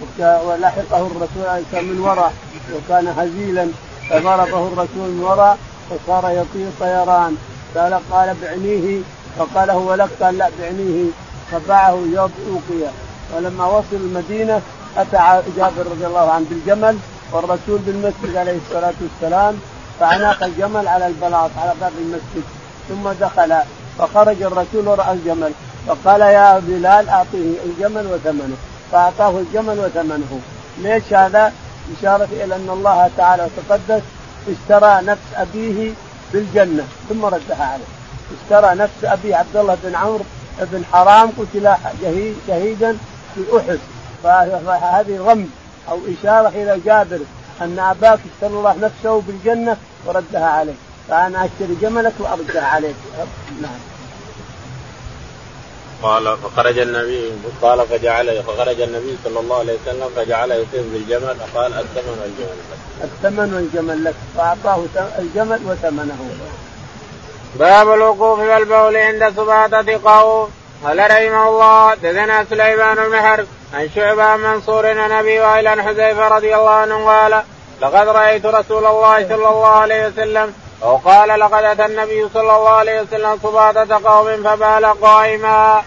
ولحقه الرسول عليه السلام من وراء وكان هزيلا فضربه الرسول من وراء فصار يطير طيران. قال قال بعنيه فقال هو لك قال لا بعنيه فباعه يوقيا. ولما وصل المدينة أتى جابر رضي الله عنه بالجمل والرسول بالمسجد عليه الصلاة والسلام فعناق الجمل على البلاط على باب المسجد ثم دخل فخرج الرسول وراء الجمل فقال يا بلال أعطيه الجمل وثمنه فأعطاه الجمل وثمنه. ليش هذا؟ إشارة إلى أن الله تعالى وتقدس اشترى نفس أبيه بالجنة ثم ردها عليه. اشترى نفس أبيه عبد الله بن عمرو بن حرام قتل شهيدا في أحد فهذه رمز أو إشارة إلى جابر أن أباك اشترى الله نفسه بالجنة وردها عليه فأنا أشتري جملك وأردها عليك. نعم. قال فخرج النبي قال فجعل فخرج النبي صلى الله عليه وسلم فجعل يطير بالجمل فقال الثمن والجمل لك. الثمن والجمل لك فأعطاه الجمل وثمنه. باب الوقوف والبول عند سباطة قوم. قال رحمه الله دثنا سليمان بن حرب عن شعبة عن منصور عن أبي وائل عن حذيفة رضي الله عنه قال لقد رأيت رسول الله صلى الله عليه وسلم أو قال لقد أتى النبي صلى الله عليه وسلم سباطة قوم فبال قائما.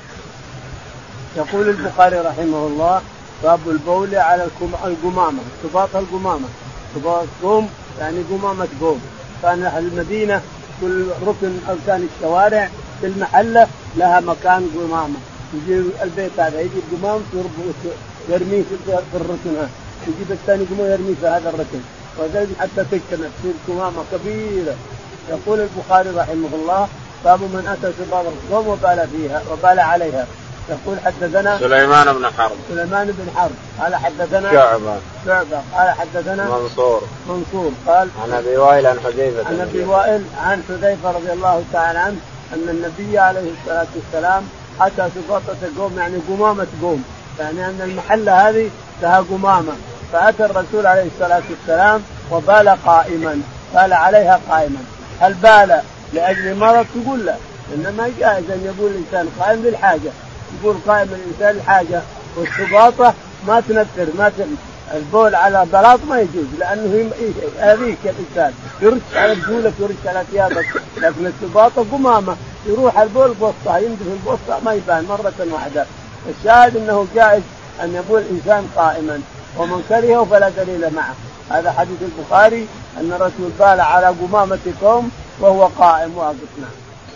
يقول البخاري رحمه الله باب البول على القمامة سباطة القمامة سباطة قوم يعني قمامة قوم. كان المدينة كل ركن أركان الشوارع في المحلة لها مكان قمامة يجي البيت هذا يجي القمام يرميه في الركن يجيب الثاني قمام يرميه في هذا الركن وذلك حتى تجتمع تصير قمامة كبيرة. يقول البخاري رحمه الله باب من أتى سباطة القوم وبال فيها وبال عليها. يقول حدثنا سليمان بن حرب سليمان بن حرب قال حدثنا شعبة شعبة قال حدثنا منصور منصور قال عن أبي وائل عن حذيفة عن أبي وائل عن حذيفة رضي الله تعالى عنه أن النبي عليه الصلاة والسلام أتى سباطة قوم يعني قمامة قوم يعني أن المحلة هذه لها قمامة فأتى الرسول عليه الصلاة والسلام وبال قائما بال عليها قائما. هل بال لأجل مرض تقول لا إنما جائز أن يقول الإنسان قائم للحاجة يقول قائم الإنسان الحاجة والسباطة ما تنفر ما تن... البول على بلاط ما يجوز لأنه يأذيك الإنسان يرش على رجولك يرش على ثيابك لكن السباطة قمامة يروح البول بوسطها ينزل البوسطة ما يبان مرة واحدة. الشاهد أنه جائز أن يقول الإنسان قائما ومن كرهه فلا دليل معه. هذا حديث البخاري أن الرسول بال على قمامة قوم وهو قائم واقفنا.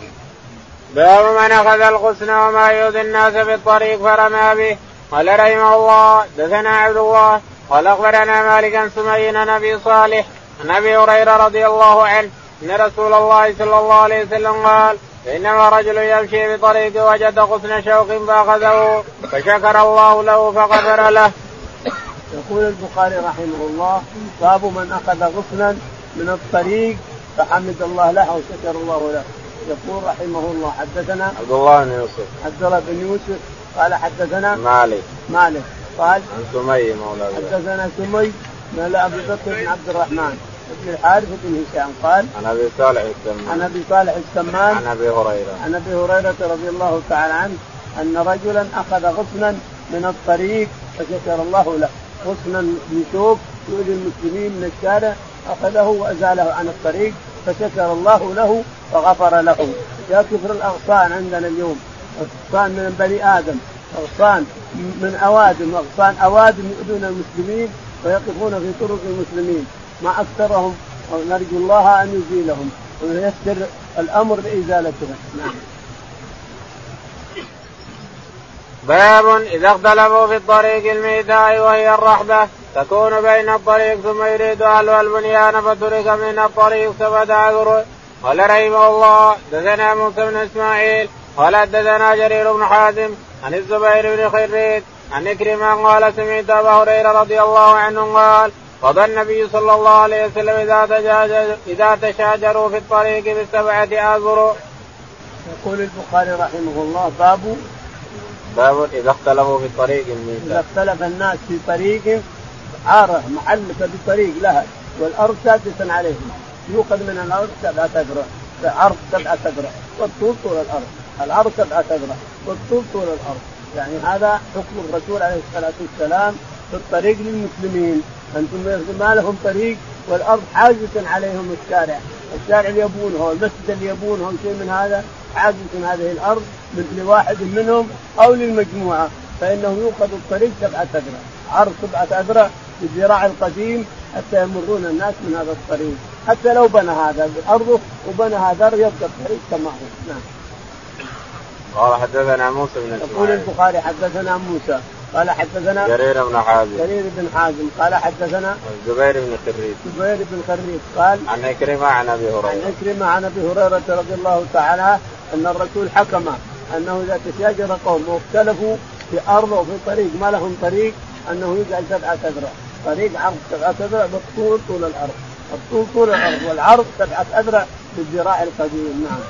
باب من أخذ الغصن وما يؤذي الناس في الطريق فرمى به. قال رحمه الله دثنا عبد الله قال أخبرنا مالك عن سمي عن أبي صالح عن أبي هريرة رضي الله عنه أن رسول الله صلى الله عليه وسلم قال إنما رجل يمشي بطريق وجد غصن شوك فأخذه فشكر الله له فغفر له. يقول البخاري رحمه الله باب من أخذ غصنا من الطريق فحمد الله له وشكر الله له. يقول رحمه الله حدثنا عبد الله بن يوسف عبد الله بن يوسف قال حدثنا مالك مالك قال عن سمي مولى حدثنا سمي مولى أبي بكر بن عبد الرحمن بن الحارث بن هشام قال عن أبي صالح السمان عن أبي صالح السمان عن أبي هريرة عن أبي هريرة رضي الله تعالى عنه أن رجلا أخذ غصنا من الطريق فشكر الله له. غصنا من شوك يؤذي المسلمين من الشارع أخذه وأزاله عن الطريق فشكر الله له فغفر له. يا كثر الأغصان عندنا اليوم أغصان من بني آدم أغصان من أوادم أغصان أوادم يؤذون المسلمين ويقفون في طرق المسلمين ما أكثرهم ونرجو الله أن يزيلهم وييسر الأمر لإزالتهم. نعم. باب إذا اختلفوا في الطريق الميتاء وهي الرحبة تكون بين الطريق ثم يريد أهل البنيان فترك من الطريق ثبت عذره. قال رحمه الله دثنا موسى بن إسماعيل قال دثنا جرير بن حازم عن الزبير بن خريت عن إكرمة قال سمعت أبا هريرة رضي الله عنه قال قضى النبي صلى الله عليه وسلم إذا إذا تشاجروا في الطريق بالسبعة أذرع. يقول البخاري رحمه الله باب باب إذا اختلفوا في الطريق الميتاء إذا اختلف الناس في طريق عارة محلة بطريق لها والأرض سادسا عليهم يؤخذ من الأرض سبعة أذرع عرض سبعة أذرع والطول طول الأرض العرض سبعة أذرع والطول طول الأرض يعني هذا حكم الرسول عليه الصلاة والسلام في الطريق للمسلمين. أنتم ما لهم طريق والأرض حاجة عليهم الشارع، الشارع اللي يبونه والمسجد اللي يبونه شيء من هذا حاجة هذه الأرض مثل واحد منهم أو للمجموعة، فإنه يوقد الطريق سبعة أذرع، عرض سبعة أذرع بالذراع القديم حتى يمرون الناس من هذا الطريق، حتى لو بنى هذا بأرضه وبنى هذا يبقى الطريق كما هو. نعم. قال حدثنا موسى بن إسماعيل. يقول البخاري حدثنا موسى قال حدثنا جرير بن حازم. جرير بن حازم قال حدثنا الزبير بن خريج. الزبير بن خريج قال عن عكرمة عن أبي هريرة. عن عكرمة عن أبي هريرة رضي الله تعالى أن الرسول حكم أنه إذا تشاجر قوم واختلفوا في أرض وفي طريق ما لهم طريق أنه يجعل سبعة أذرع، طريق عرض سبعة أذرع بالطول طول الأرض، الطول طول الأرض والعرض سبعة أذرع بالذراع القديم. نعم.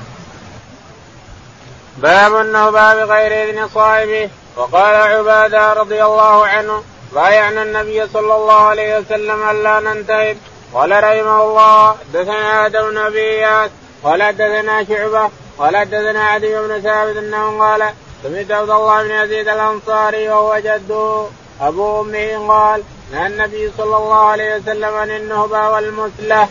باب النهبة بغير إذن صاحبه. وقال عبادة رضي الله عنه بايعنا النبي صلى الله عليه وسلم ألا ننتهب. قال رحمه الله حدثنا آدم بن أبي إياس قال حدثنا شعبة قال حدثنا عدي بن ثابت أنه قال سمعت عبد الله بن يزيد الأنصاري وهو جده أبو أمه قال نهى النبي صلى الله عليه وسلم عن النهبة والمثلة.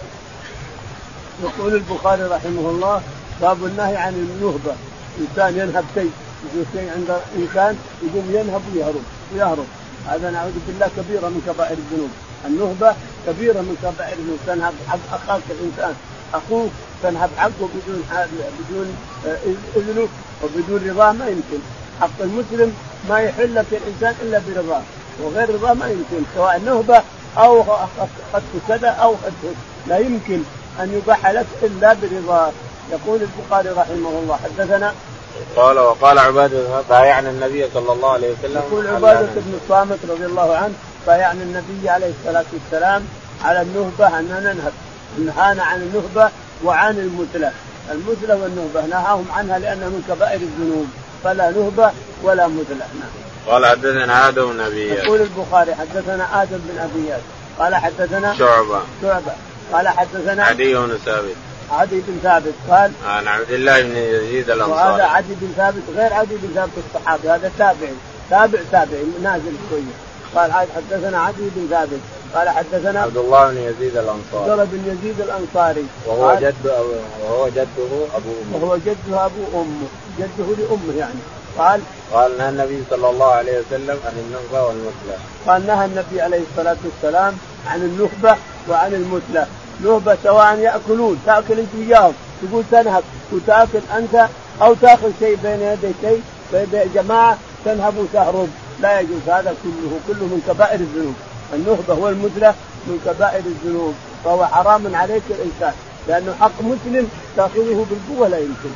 يقول البخاري رحمه الله باب النهي عن النهبة، إنسان ينهب شيء يجوز شيء عند إنسان يقوم ينهب ويهرب ويهرب، هذا نعوذ بالله كبيرة من كبائر الذنوب. النهبة كبيرة من كبائر الذنوب، تنهب حق أخاك الإنسان أخوك تنهب حقه بدون بدون إذنه وبدون رضاه ما يمكن. حق المسلم ما يحل لك الإنسان إلا برضاه، وغير رضاه ما يمكن، سواء نهبة أو قد كذا أو قد لا يمكن أن يباح لك إلا برضاه. يقول البخاري رحمه الله حدثنا قال وقال عبادة بايعنا النبي صلى الله عليه وسلم. يقول عبادة بن الصامت رضي الله عنه بايعنا النبي عليه الصلاة والسلام على النهبة أن ننهب، نهانا عن النهبة وعن المثلة. المثلة والنهبة نهاهم عنها لأنها من كبائر الذنوب، فلا نهبة ولا مثلة. قال حدثنا آدم بن أبي إياس. يقول البخاري حدثنا آدم بن أبي إياس قال حدثنا شعبة شعبة قال حدثنا عدي بن ثابت عدي بن ثابت قال عن عبد الله بن يزيد الأنصاري. وهذا عدي بن ثابت غير عدي بن ثابت الصحابي، هذا تابعي تابع تابعي نازل شوية. قال حدثنا عدي بن ثابت قال حدثنا عبد الله بن يزيد الأنصاري عبد الله بن يزيد الأنصاري وهو جد وهو جده أبو أمه وهو جده أبو أمه جده لأمه يعني. قال قال نهى النبي صلى الله عليه وسلم عن النهبة والمثلة. قال نهى النبي عليه الصلاة والسلام عن النهبة وعن المثلة. نهبة سواء يأكلون تأكل أنت وياهم تقول تنهب وتأكل أنت أو تأخذ شيء بين يدي شيء بين جماعة تنهب وتهرب، لا يجوز هذا كله، كله من كبائر الذنوب. النهبة والمثلة من كبائر الذنوب، فهو حرام عليك الإنسان لأنه حق مسلم تأخذه بالقوة لا يمكن.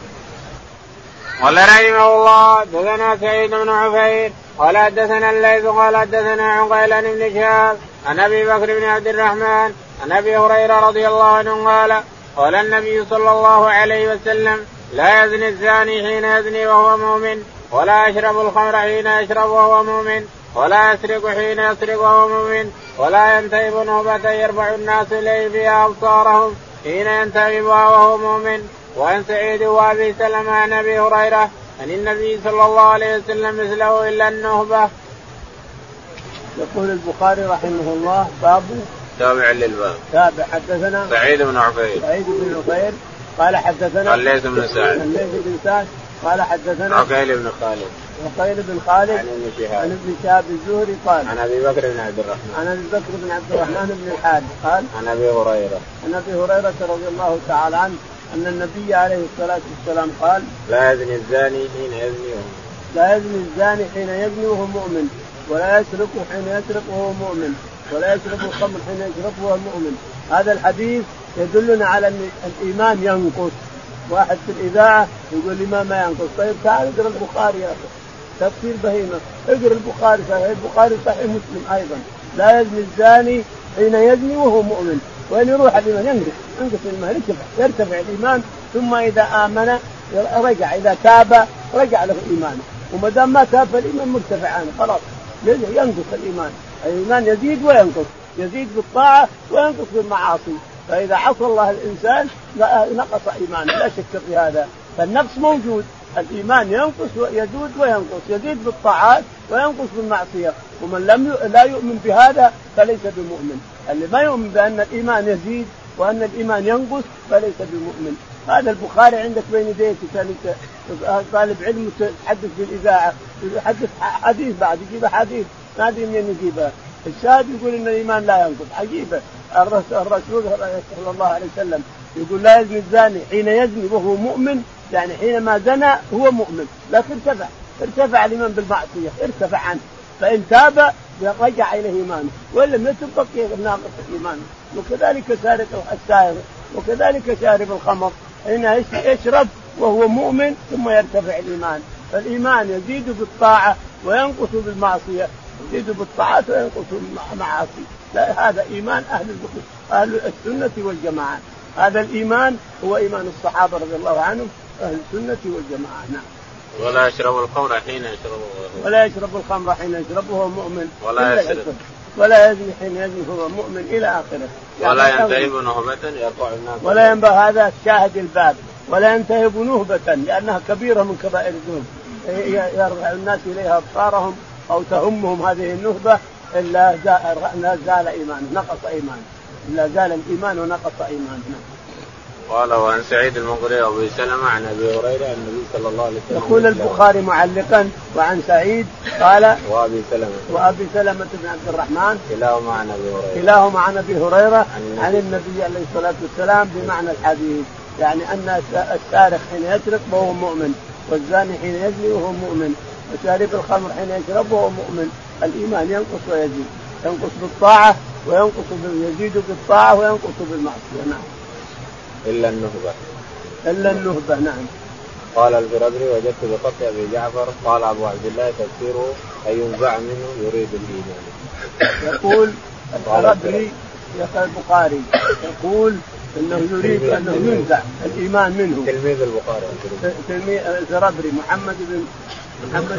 قال رحمه الله دثنا سعيد بن عفير قال حدثنا الليث قال حدثنا عقيل بن شهاب عن أبي بكر بن عبد الرحمن عن أبي هريرة رضي الله عنه قال قال النبي صلى الله عليه وسلم لا يزني الزاني حين يزني وهو مؤمن، ولا يشرب الخمر حين يشرب وهو مؤمن، ولا يسرق حين يسرق وهو مؤمن، ولا ينتهب نهبة يرفع الناس إليه بها أبصارهم حين ينتهبها وهو مؤمن. وعن سعيد وأبي سلمة عن أبي هريرة عن النبي صلى الله عليه وسلم مثله إلا النهبة. يقول البخاري رحمه الله باب تابع للباب. تابع حدثنا سعيد بن عفير سعيد بن عفير قال حدثنا الليث بن سعد الليث بن سعد قال حدثنا عقيل بن خالد عقيل بن خالد عن ابن شهاب عن ابن شهاب الزهري قال عن أبي بكر بن عبد الرحمن عن أبي بكر بن عبد الرحمن بن الحارث قال عن أبي هريرة عن أبي هريرة رضي الله تعالى عنه أن النبي عليه الصلاة والسلام قال لا يزني الزاني حين يزني لا يزني الزاني حين يزني وهو مؤمن، ولا يسرق حين يسرق وهو مؤمن، ولا يشرب الخمر حين يشرب وهو مؤمن. هذا الحديث يدلنا على أن الإيمان ينقص. واحد في الإذاعة يقول الإيمان ما ينقص. طيب تعال اقرأ البخاري يا أخي تفسير بهيمة، اقرأ البخاري صحيح البخاري صحيح مسلم أيضا. لا يزني الزاني حين يزني وهو مؤمن، وين يروح الإيمان ينقص ينقص الإيمان يرتفع يرتفع الإيمان، ثم إذا آمن رجع، إذا تاب رجع له إيمانه، وما دام ما تاب فالإيمان مرتفع عنه خلاص ينقص الإيمان. الإيمان يزيد وينقص، يزيد بالطاعة وينقص بالمعاصي، فإذا عصى الله الإنسان نقص إيمانه لا شك في هذا. فالنقص موجود. الإيمان ينقص ويزيد وينقص، يزيد بالطاعات وينقص بالمعصية. ومن لم ي... لا يؤمن بهذا فليس بمؤمن. اللي ما يؤمن بأن الإيمان يزيد وأن الإيمان ينقص فليس بمؤمن. هذا البخاري عندك بين يديك، طالب علم يتحدث بالإذاعة، يحدث حديث بعد يجيب حديث ما أدري من يجيبها. الشاهد يقول إن الإيمان لا ينقص. عجيبة. الرسول صلى الله عليه وسلم يقول لا يزني الزاني حين يزني وهو مؤمن، يعني حينما زنى هو مؤمن، لكن ارتفع ارتفع الإيمان بالمعصية، ارتفع عنه، فإن تاب رجع إليه إيمانه، وإن لم يتب بقي ناقص الإيمان. وكذلك سارق السائر، وكذلك شارب الخمر حين يشرب وهو مؤمن ثم يرتفع الإيمان. فالإيمان يزيد بالطاعة وينقص بالمعصية، يزيد بالطاعات وينقص بالمعاصي. لا، هذا إيمان أهل أهل السنة والجماعة. هذا الإيمان هو إيمان الصحابة رضي الله عنهم أهل السنة والجماعة. نعم. ولا يشرب الخمر حين يشربه ولا يشرب الخمر حين يشربه وهو مؤمن، ولا يسرق ولا يزني حين يزني هو مؤمن إلى آخره. ولا ينتهب نهبة يرفع الناس، ولا ينبغي، هذا شاهد الباب، ولا ينتهب نهبة لأنها كبيرة من كبائر الذنوب يرفع الناس إليها أبصارهم أو تهمهم هذه النهبة إلا زال إيمان نقص إيمان، إلا زال الإيمان ونقص إيمان. قال وعن سعيد المقبري وابي سلمة عن ابي هريره عن النبي صلى الله عليه وسلم. يقول البخاري معلقا وعن سعيد قال وابي سلمة وابي سلمة بن عبد الرحمن كلاهما عن ابي هريره كلاهما عن ابي هريره عن النبي عليه الصلاه والسلام بمعنى الحديث، يعني ان السارق حين يسرق وهو مؤمن، والزاني حين يزني وهو مؤمن، وشارب الخمر حين يشرب وهو مؤمن. الايمان ينقص ويزيد، ينقص بالطاعه وينقص يزيد بالطاعه وينقص بالمعصيه. نعم. إلا النهبة إلا النهبة. نعم. قال البربري وجدت بقطع أبي جعفر قال أبو عبد الله تفسيره أن ينزع منه يريد الإيمان. يقول البربري يقول البخاري يقول إنه يريد أنه ينزع الإيمان منه. تلميذ البخاري تلميذ البربري محمد بن محمد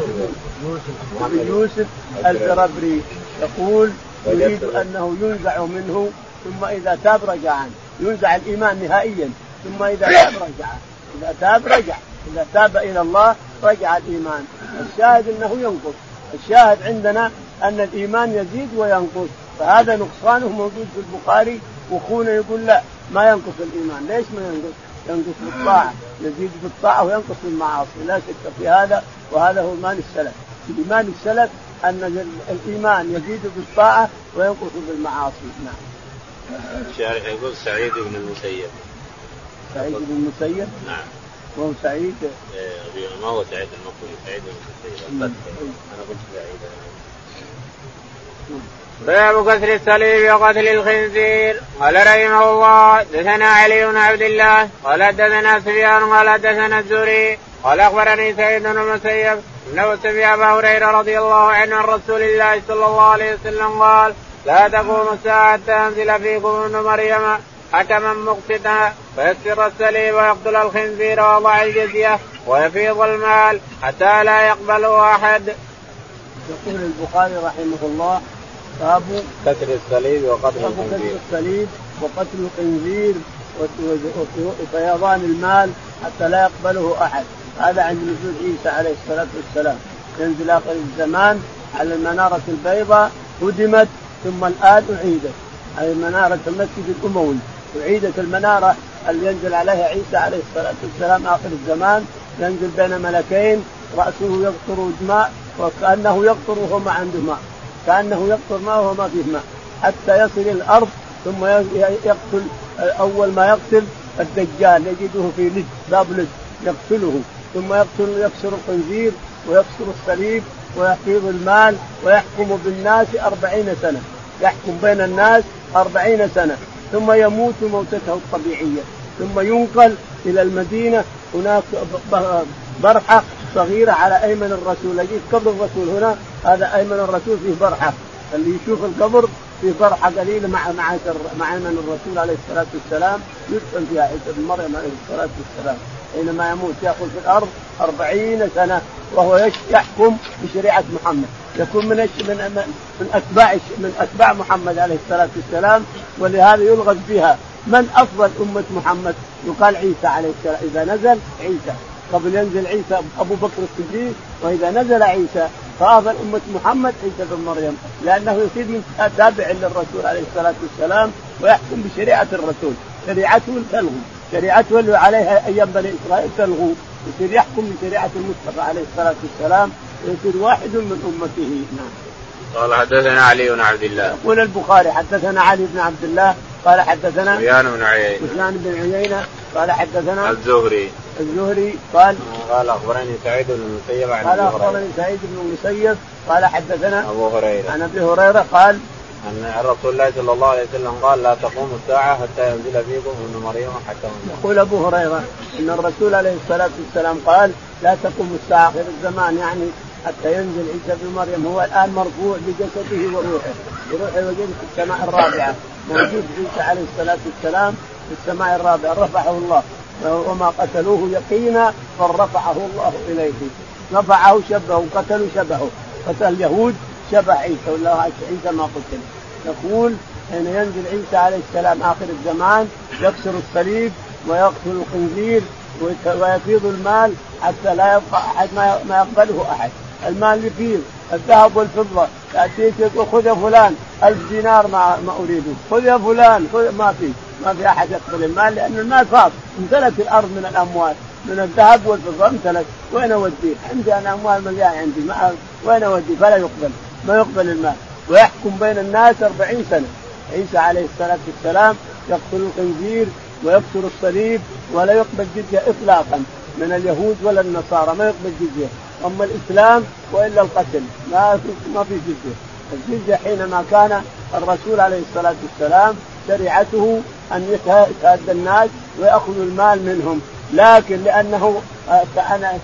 بن يوسف البربري يقول يريد أنه ينزع منه ثم إذا تاب رجع عنه، ينزع الإيمان نهائيا ثم إذا تاب رجع، إذا تاب رجع، إذا تاب إلى الله رجع الإيمان. الشاهد أنه ينقص، الشاهد عندنا أن الإيمان يزيد وينقص، فهذا نقصانه موجود في البخاري. وخونا يقول لا ما ينقص الإيمان. ليش ما ينقص؟ ينقص بالطاعة، يزيد بالطاعة وينقص بالمعاصي، لا شك في هذا، وهذا هو إيمان السلف. الإيمان السلف أن الإيمان يزيد بالطاعة وينقص بالمعاصي. نعم. الشارح يقول سعيد بن المسيب. سعيد بن المسيب. نعم. وهو سعيد إيه ما هو سعيد المقبري، سعيد بن المسيب. أنا قلت سعيد. باب كسر الصليب وقتل الخنزير. قال رحمه الله دثنا علي بن عبد الله قال دثنا سفيان قال دثنا الزهري قال أخبرني سعيد بن المسيب إنه سمع أبا هريرة رضي الله عنه عن رسول الله صلى الله عليه وسلم قال لا تقوم الساعة تنزل فيكم ابن مريم حكما مقسطا فيكسر الصليب ويقتل الخنزير ويضع الجزية ويفيض المال حتى لا يقبله أحد. يقول البخاري رحمه الله باب كسر الصليب وقتل الخنزير الصليب وقتل الخنزير وفيضان المال حتى لا يقبله أحد. هذا عند نزول عيسى عليه الصلاة والسلام، ينزل آخر الزمان على المنارة البيضاء هدمت ثم الآن أعيدت، على منارة المسجد الأموي أعيدت المنارة اللي ينزل عليها عيسى عليه الصلاة والسلام آخر الزمان، ينزل بين ملكين رأسه يقطر دماء وكأنه يقطر وهو ما عنده ماء، كأنه يقطر ماء وهو ما فيه ماء، حتى يصل الأرض ثم يقتل. أول ما يقتل الدجال يجده في لج باب لج يقتله، ثم يقتل يكسر الخنزير ويكسر الصليب ويحفظ المال ويحكم بالناس أربعين سنة، يحكم بين الناس أربعين سنة ثم يموت موتته الطبيعية، ثم ينقل إلى المدينة. هناك برحة صغيرة على أيمن الرسول، يجيب قبر الرسول هنا، هذا أيمن الرسول فيه برحة، اللي يشوف القبر فيه برحة قليلة مع مع مع أيمن الرسول عليه الصلاة والسلام، يدفن فيها عيسى بن مريم عليه الصلاة والسلام. حينما يموت يأخذ في الأرض أربعين سنة وهو يحكم بشريعة محمد، يكون من من من أتباع من أتباع محمد عليه الصلاة والسلام، ولهذا يلغز بها من أفضل أمة محمد؟ يقال عيسى عليه السلام. إذا نزل عيسى قبل ينزل عيسى أبو بكر الصديق، وإذا نزل عيسى فأفضل أمة محمد عيسى بن مريم، لأنه يصير تابع للرسول عليه الصلاة والسلام ويحكم بشريعة الرسول، شريعته تلغو، شريعته اللي عليها أيام بني إسرائيل تلغو، يصير يحكم بشريعة المصطفى عليه الصلاة والسلام ويصير واحد من أمته. نعم. قال حدثنا علي بن عبد الله. يقول البخاري حدثنا علي بن عبد الله قال حدثنا سفيان بن عيينة. سفيان بن عيينة قال حدثنا الزهري. الزهري قال قال أخبرني سعيد بن المسيب عن قال أخبرني سعيد بن المسيب قال حدثنا أبو هريرة عن أبي هريرة قال أن رسول الله صلى الله عليه وسلم قال لا تقوم الساعة حتى ينزل فيكم ابن مريم حتى ينزل. يقول أبو هريرة إن الرسول عليه الصلاة والسلام قال لا تقوم الساعة آخر الزمان، يعني حتى ينزل عيسى بن مريم. هو الآن مرفوع بجسده وروحه، وروحه وجد في السماء الرابعة، موجود عيسى عليه الصلاة والسلام في السماء الرابعة، رفعه الله وما قتلوه يقينا بل رفعه الله إليه، رفعه شبهه، قتلوا شبهه، قتل اليهود شبه عيسى ولا عيسى ما قتل. يقول حين ينزل عيسى عليه السلام آخر الزمان يكسر الصليب ويقتل الخنزير ويفيض المال حتى لا يبقى أحد ما يقبله أحد. المال يفيض، الذهب والفضة، تأتيك خذ يا فلان ألف دينار ما ما أريده، خذ يا فلان خذ، ما في ما في أحد يقبل المال، لأن المال فاض، امتلت الأرض من الأموال، من الذهب والفضة امتلت، وين أوديه؟ عندي أنا أموال مليان عندي، ما وين أوديه؟ فلا يقبل، ما يقبل المال. ويحكم بين الناس أربعين سنة. عيسى عليه الصلاة والسلام يقتل الخنزير ويكسر الصليب ولا يقبل جزية إطلاقا من اليهود ولا النصارى، ما يقبل جزية. أما الإسلام وإلا القتل، ما في ما في جزية. الجزية حينما كان الرسول عليه الصلاة والسلام شريعته أن يتهدى الناس ويأخذوا المال منهم، لكن لأنه كان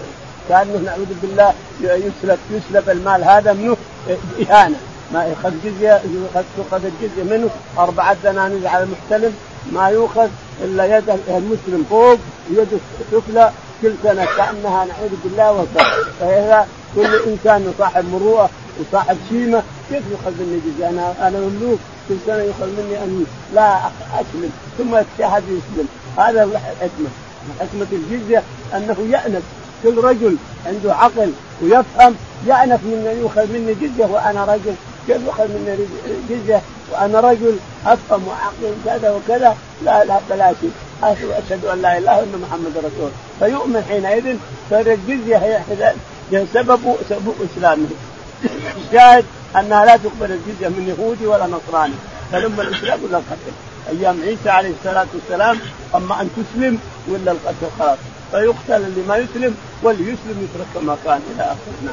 كأنه نعوذ بالله يسلب يسلب المال هذا منه إهانة، ما يأخذ جزية، يأخذ الجزية منه أربعة دنانير على المحتلم، ما يؤخذ إلا يد المسلم فوق يد السفلى كل سنة، كأنها نعوذ بالله وكذا. فهذا كل إنسان صاحب مروءة وصاحب شيمة كيف يأخذ مني جزية؟ أنا أنا مملوك كل سنة يأخذ مني أن لا أسلم ثم يتشهد يسلم. هذا الحكمة، حكمة الجزية أنه يأنف كل رجل عنده عقل ويفهم يأنف من أن يأخذ مني جزية وأنا رجل، كيف يأخذ مني جزية وأنا رجل أفهم وعقل كذا وكذا، لا لا بلا شيء، أشهد أن لا إله إلا محمد رسول. فيؤمن حينئذ صار الجزية هي سبب سبب إسلامه. الشاهد أنها لا تقبل الجزية من يهودي ولا نصراني، فلما الإسلام ولا القتل. أيام عيسى عليه الصلاة والسلام أما أن تسلم ولا القتل خلاص، فيقتل اللي ما يسلم واللي يسلم يترك كما كان إلى آخرنا.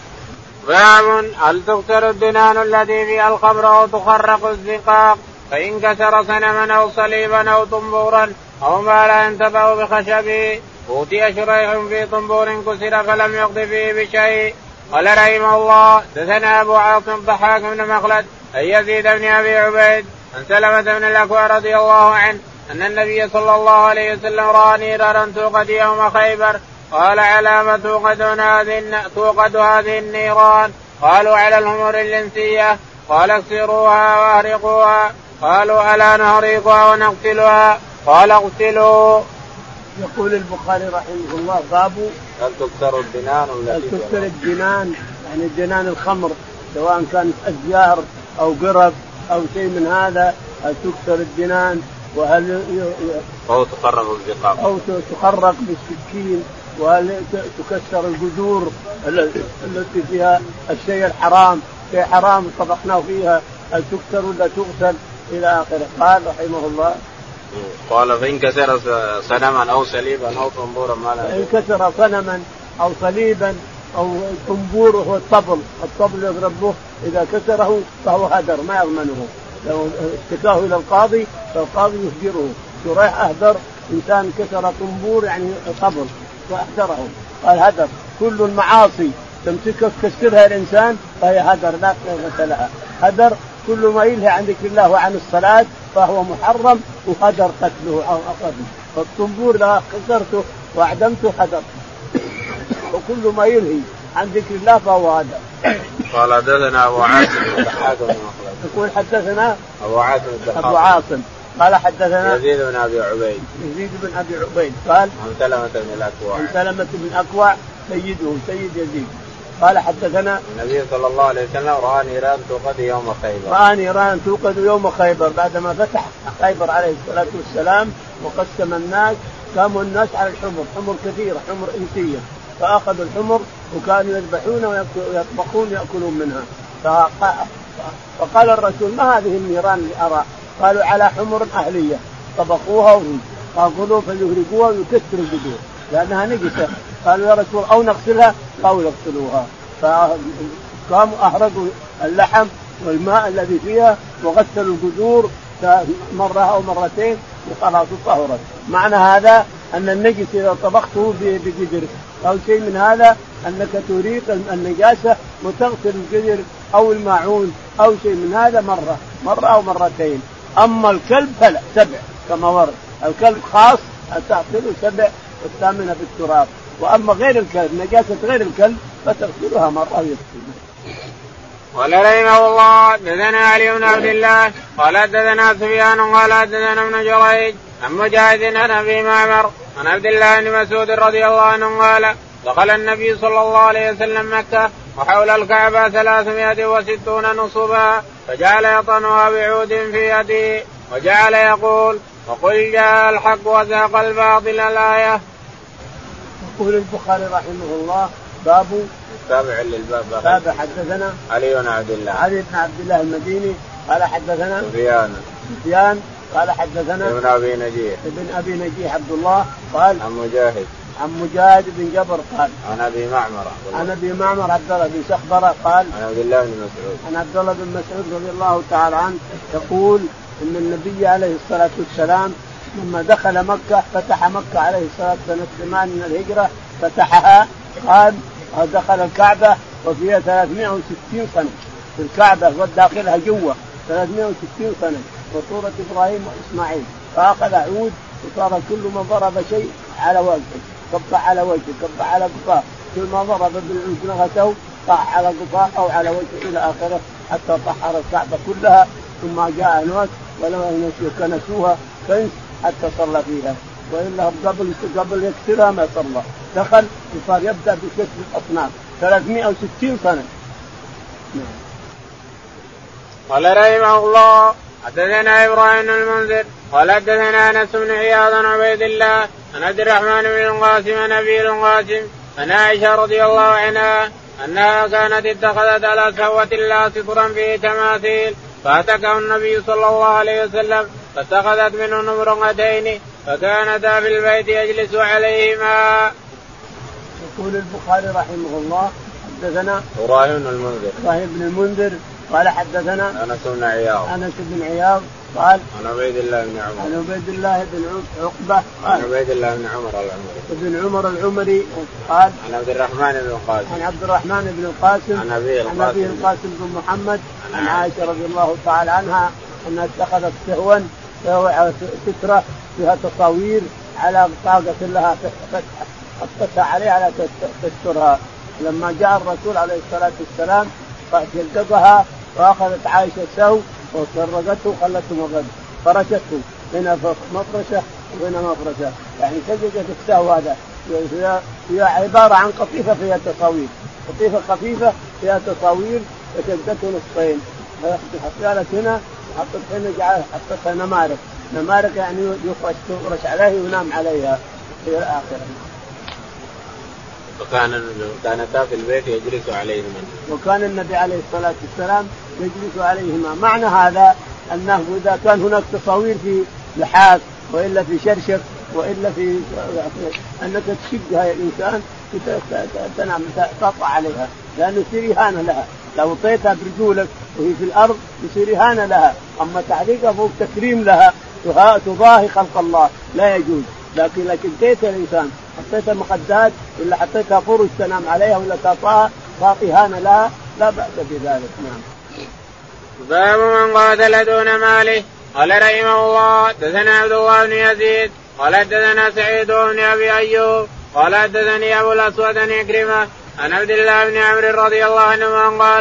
باب هل تكسر الدنان التي فيها الخمر أو تخرق الزقاق فإن كسر صنما أو صليبا أو طنبورا أو ما لا ينتفع بخشبه أوتي شريح في طنبور كسر فلم يقض فيه بشيء. قال رحمه الله دثنا أبو عاصم الضحاك بن مخلد أن يزيد بن أبي عبيد عن سلمة بن الأكوع رضي الله عنه أن النبي صلى الله عليه وسلم رأى نيرا توقد يوم خيبر. قال علامة توقد هذه توقد هذه النيران؟ قالوا على الهمر الإنسية. قال اكسروها واهرقوها. قالوا ألا نهرقها ونقتلها؟ قال اقتلوا. يقول البخاري رحمه الله باب هل تكسر الدنان هل تكسر الدنان، يعني دنان الخمر سواء كانت أشجار أو قرب أو شيء من هذا، هل تكسر الدنان وهل أو تخرق الزقاق أو تخرق بالسكين، وهل تكسر الجذور التي فيها الشيء الحرام، شيء حرام طبقناه فيها، هل تكسر ولا تغسل إلى آخره. قال رحمه الله قال فإن كسر صنما أو صليبا أو طنبورا ما لا إن كسر صنما أو صليبا أو طنبور هو الطبل، الطبل يضربه إذا كسره فهو هدر ما يضمنه، لو اشتكاه إلى القاضي فالقاضي يهجره. شريح أهدر إنسان كسر طنبور يعني طبل فأهدره، قال هدر. كل المعاصي تمسكها تكسرها الإنسان فهي هدر لا قيمة لها. هدر كل ما يلهي عن ذكر الله وعن الصلاة فهو محرم وهدر قتله أو أقدم. فالطنبور إذا كسرته وأعدمته هدر، وكل ما يلهي عن ذكر الله فهو هدر. قال حدثنا أبو عاصم الضحاك بن مخلد. يقول حدثنا أبو عاصم الضحاك أبو عاصم قال حدثنا يزيد بن ابي عبيد يزيد بن ابي عبيد قال عن سلمة بن الاكوع عن سلمة بن الاكوع سيده سيد يزيد قال حدثنا النبي صلى الله عليه وسلم راى نيران توقد يوم خيبر راى نيران توقد يوم خيبر بعدما فتح خيبر عليه الصلاه والسلام وقسم الناس. قاموا الناس على الحمر حمر كثيره حمر انسيه فاخذوا الحمر وكانوا يذبحون ويطبخون ياكلون منها. فقال الرسول ما هذه النيران اللي ارى؟ قالوا على حمر اهليه طبخوها وقالوا فيهرقوها ويكسروا الجذور لانها نجسه. قالوا يا رسول او نغسلها او يغسلوها. فقاموا اهرقوا اللحم والماء الذي فيها وغسلوا الجذور مره او مرتين وخلاص طهرت. معنى هذا ان النجس اذا طبخته بجدر او شيء من هذا انك تريق النجاسه وتغسل الجدر او الماعون او شيء من هذا مره مره او مرتين. اما الكلب فلا سبع كما ورد الكلب خاص تغسله سبع والثامنه بالتراب. واما غير الكلب نجاسه غير الكلب فتغسلها مره ويكفي. قال رحمه الله دثنا علي بن عبد الله قال دثنا سفيان قال دثنا ابن جريج عن مجاهد عن ابي معمر عن عبد الله بن مسعود رضي الله عنه قال دخل النبي صلى الله عليه وسلم مكة وحول الكعبة ثلاثمائة وستون نصبا فجعل يطنها بعود في يده وجعل يقول وقل جاء الحق وزهق الباطل الآية. يقول البخاري رحمه الله باب تابع للباب باب حدثنا علي بن عبد الله علي بن عبد الله المديني قال حدثنا سفيان سفيان قال حدثنا ابن ابي نجيح ابن ابي نجيح عبد الله قال عن مجاهد عن مجاهد بن جبر قال عن ابي معمر عن ابي معمر عبد الله بن سخبره قال عن عبد الله بن مسعود عن عبد الله بن مسعود رضي الله تعالى عنه يقول ان النبي عليه الصلاه والسلام لما دخل مكه فتح مكه عليه الصلاه والسلام سنه ثمان من الهجره فتحها قال دخل الكعبه وفيها ثلاثمائة وستين سنه في الكعبه وداخلها جوه ثلاثمائة وستين سنه وصوره ابراهيم واسماعيل فاخذ عود وصار كل ما ضرب شيء على وجهه كب على وجهه كب على قفاه كل ما ضرب بالعود نغته طاح على قفاه او على وجهه الى اخره حتى طهر الكعبه كلها. ثم جاء ناس ولو كنسوها كنس حتى صلى فيها والا قبل قبل يكسرها ما صلى. دخل وصار يبدا بكسر الاصنام ثلاثمائة وستين سنه. قال رحمه الله حدثنا ابراهيم المنذر قال حدثنا انس بن عياض عن عبيد الله عن عبد الرحمن بن القاسم عن ابي القاسم عن عائشه رضي الله عنها انها كانت اتخذت على سهوة الله سطرا فيه تماثيل فاتكه النبي صلى الله عليه وسلم فاتخذت منه نمرتين فكانتا في البيت يجلس عليهما. يقول البخاري رحمه الله حدثنا ابراهيم المنذر ابراهيم بن المنذر قال حدثنا انس بن عياض انس بن عياض قال عن عبيد الله بن عمر عن عبيد الله بن عقبه عن عبيد الله بن عمر العمري بن عمر العمري قال عن عبد الرحمن بن القاسم عن عبد الرحمن بن القاسم عن ابي القاسم, عن القاسم بن محمد عن عائشه رضي الله تعالى عنها انها اتخذت سهوا ستره فيها تصاوير على طاقه لها فتحه حطتها عليها على تسترها. لما جاء الرسول عليه الصلاه والسلام جلدها واخذت عائشه السهو وسرقته وخلته مغد فرشته هنا مفرشه وهنا مفرشه يعني سجدت السهو هذا هي عباره عن قطيفه فيها تصاوير قطيفه خفيفه فيها تصاوير فشدته نصفين حطيت هنا حطت هنا جعل حطتها نمارق نمارق يعني يفرش تفرش عليه وينام عليها في الاخره. وكان كانتا في البيت يجلس عليهما وكان النبي عليه الصلاة والسلام يجلس عليهما. معنى هذا أنه إذا كان هناك تصاوير في لحاف وإلا في شرشف وإلا في أنك تشقها يا إنسان تنام تقطع عليها لأنه يصير إهانة لها. لو طيتها برجولك وهي في الأرض يصير إهانة لها. أما تعليقها فوق تكريم لها تضاهي خلق الله لا يجوز. لكن لكن تيتها الإنسان حطيتها مخدات ولا حطيتها فرش تنام عليها ولا تطاها فاطهان لها لا بأس بذلك. نعم. باب من قاتل دون ماله. قال رحمه الله دثنا عبد الله بن يزيد قال دثنا سعيد بن ابي ايوب قال دثني ابو الاسود بن عكرمة عن عبد الله بن عمرو رضي الله عنهما قال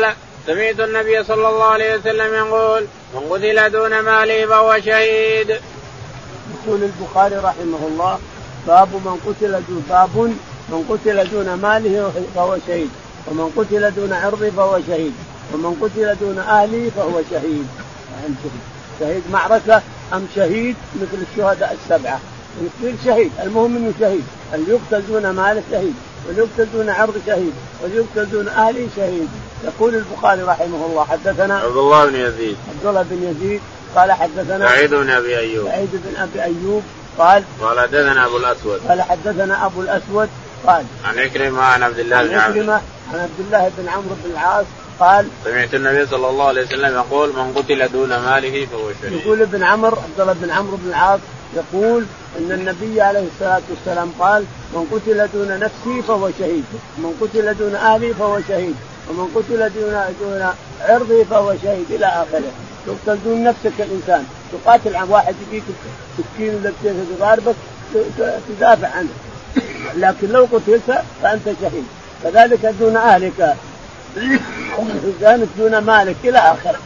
سمعت النبي صلى الله عليه وسلم يقول من قتل دون ماله فهو شهيد. يقول البخاري رحمه الله باب من قتل دون باب من قتل دون ماله فهو شهيد ومن قتل دون عرضه فهو شهيد ومن قتل دون أهله فهو شهيد. يعني شهيد معركة أم شهيد مثل الشهداء السبعة يصير شهيد. المهم انه شهيد. اللي يقتل دون ماله شهيد واللي يقتل دون عرض شهيد واللي يقتل دون أهله شهيد. يقول البخاري رحمه الله حدثنا عبد الله بن يزيد عبد الله بن يزيد قال حدثنا سعيد بن أبي أيوب سعيد بن أبي أيوب قال قال حدثنا أبو الأسود قال حدثنا أبو الأسود قال عن عكرمة عن عبد الله بن عمرو عن عبد الله بن عمرو بن العاص قال سمعت النبي صلى الله عليه وسلم يقول من قتل دون ماله فهو شهيد. يقول ابن عمرو عبد الله بن عمرو بن العاص يقول ان النبي عليه الصلاه والسلام قال من قتل دون نفسه فهو شهيد ومن قتل دون اهله فهو شهيد ومن قتل دون دون عرضه فهو شهيد الى اخره. تقتل دون نفسك الانسان تقاتل عن واحد يجيك تسكين ولا تضاربك تدافع عنه لكن لو قتلت فانت شهيد. كذلك دون اهلك كانت دون مالك الى اخره.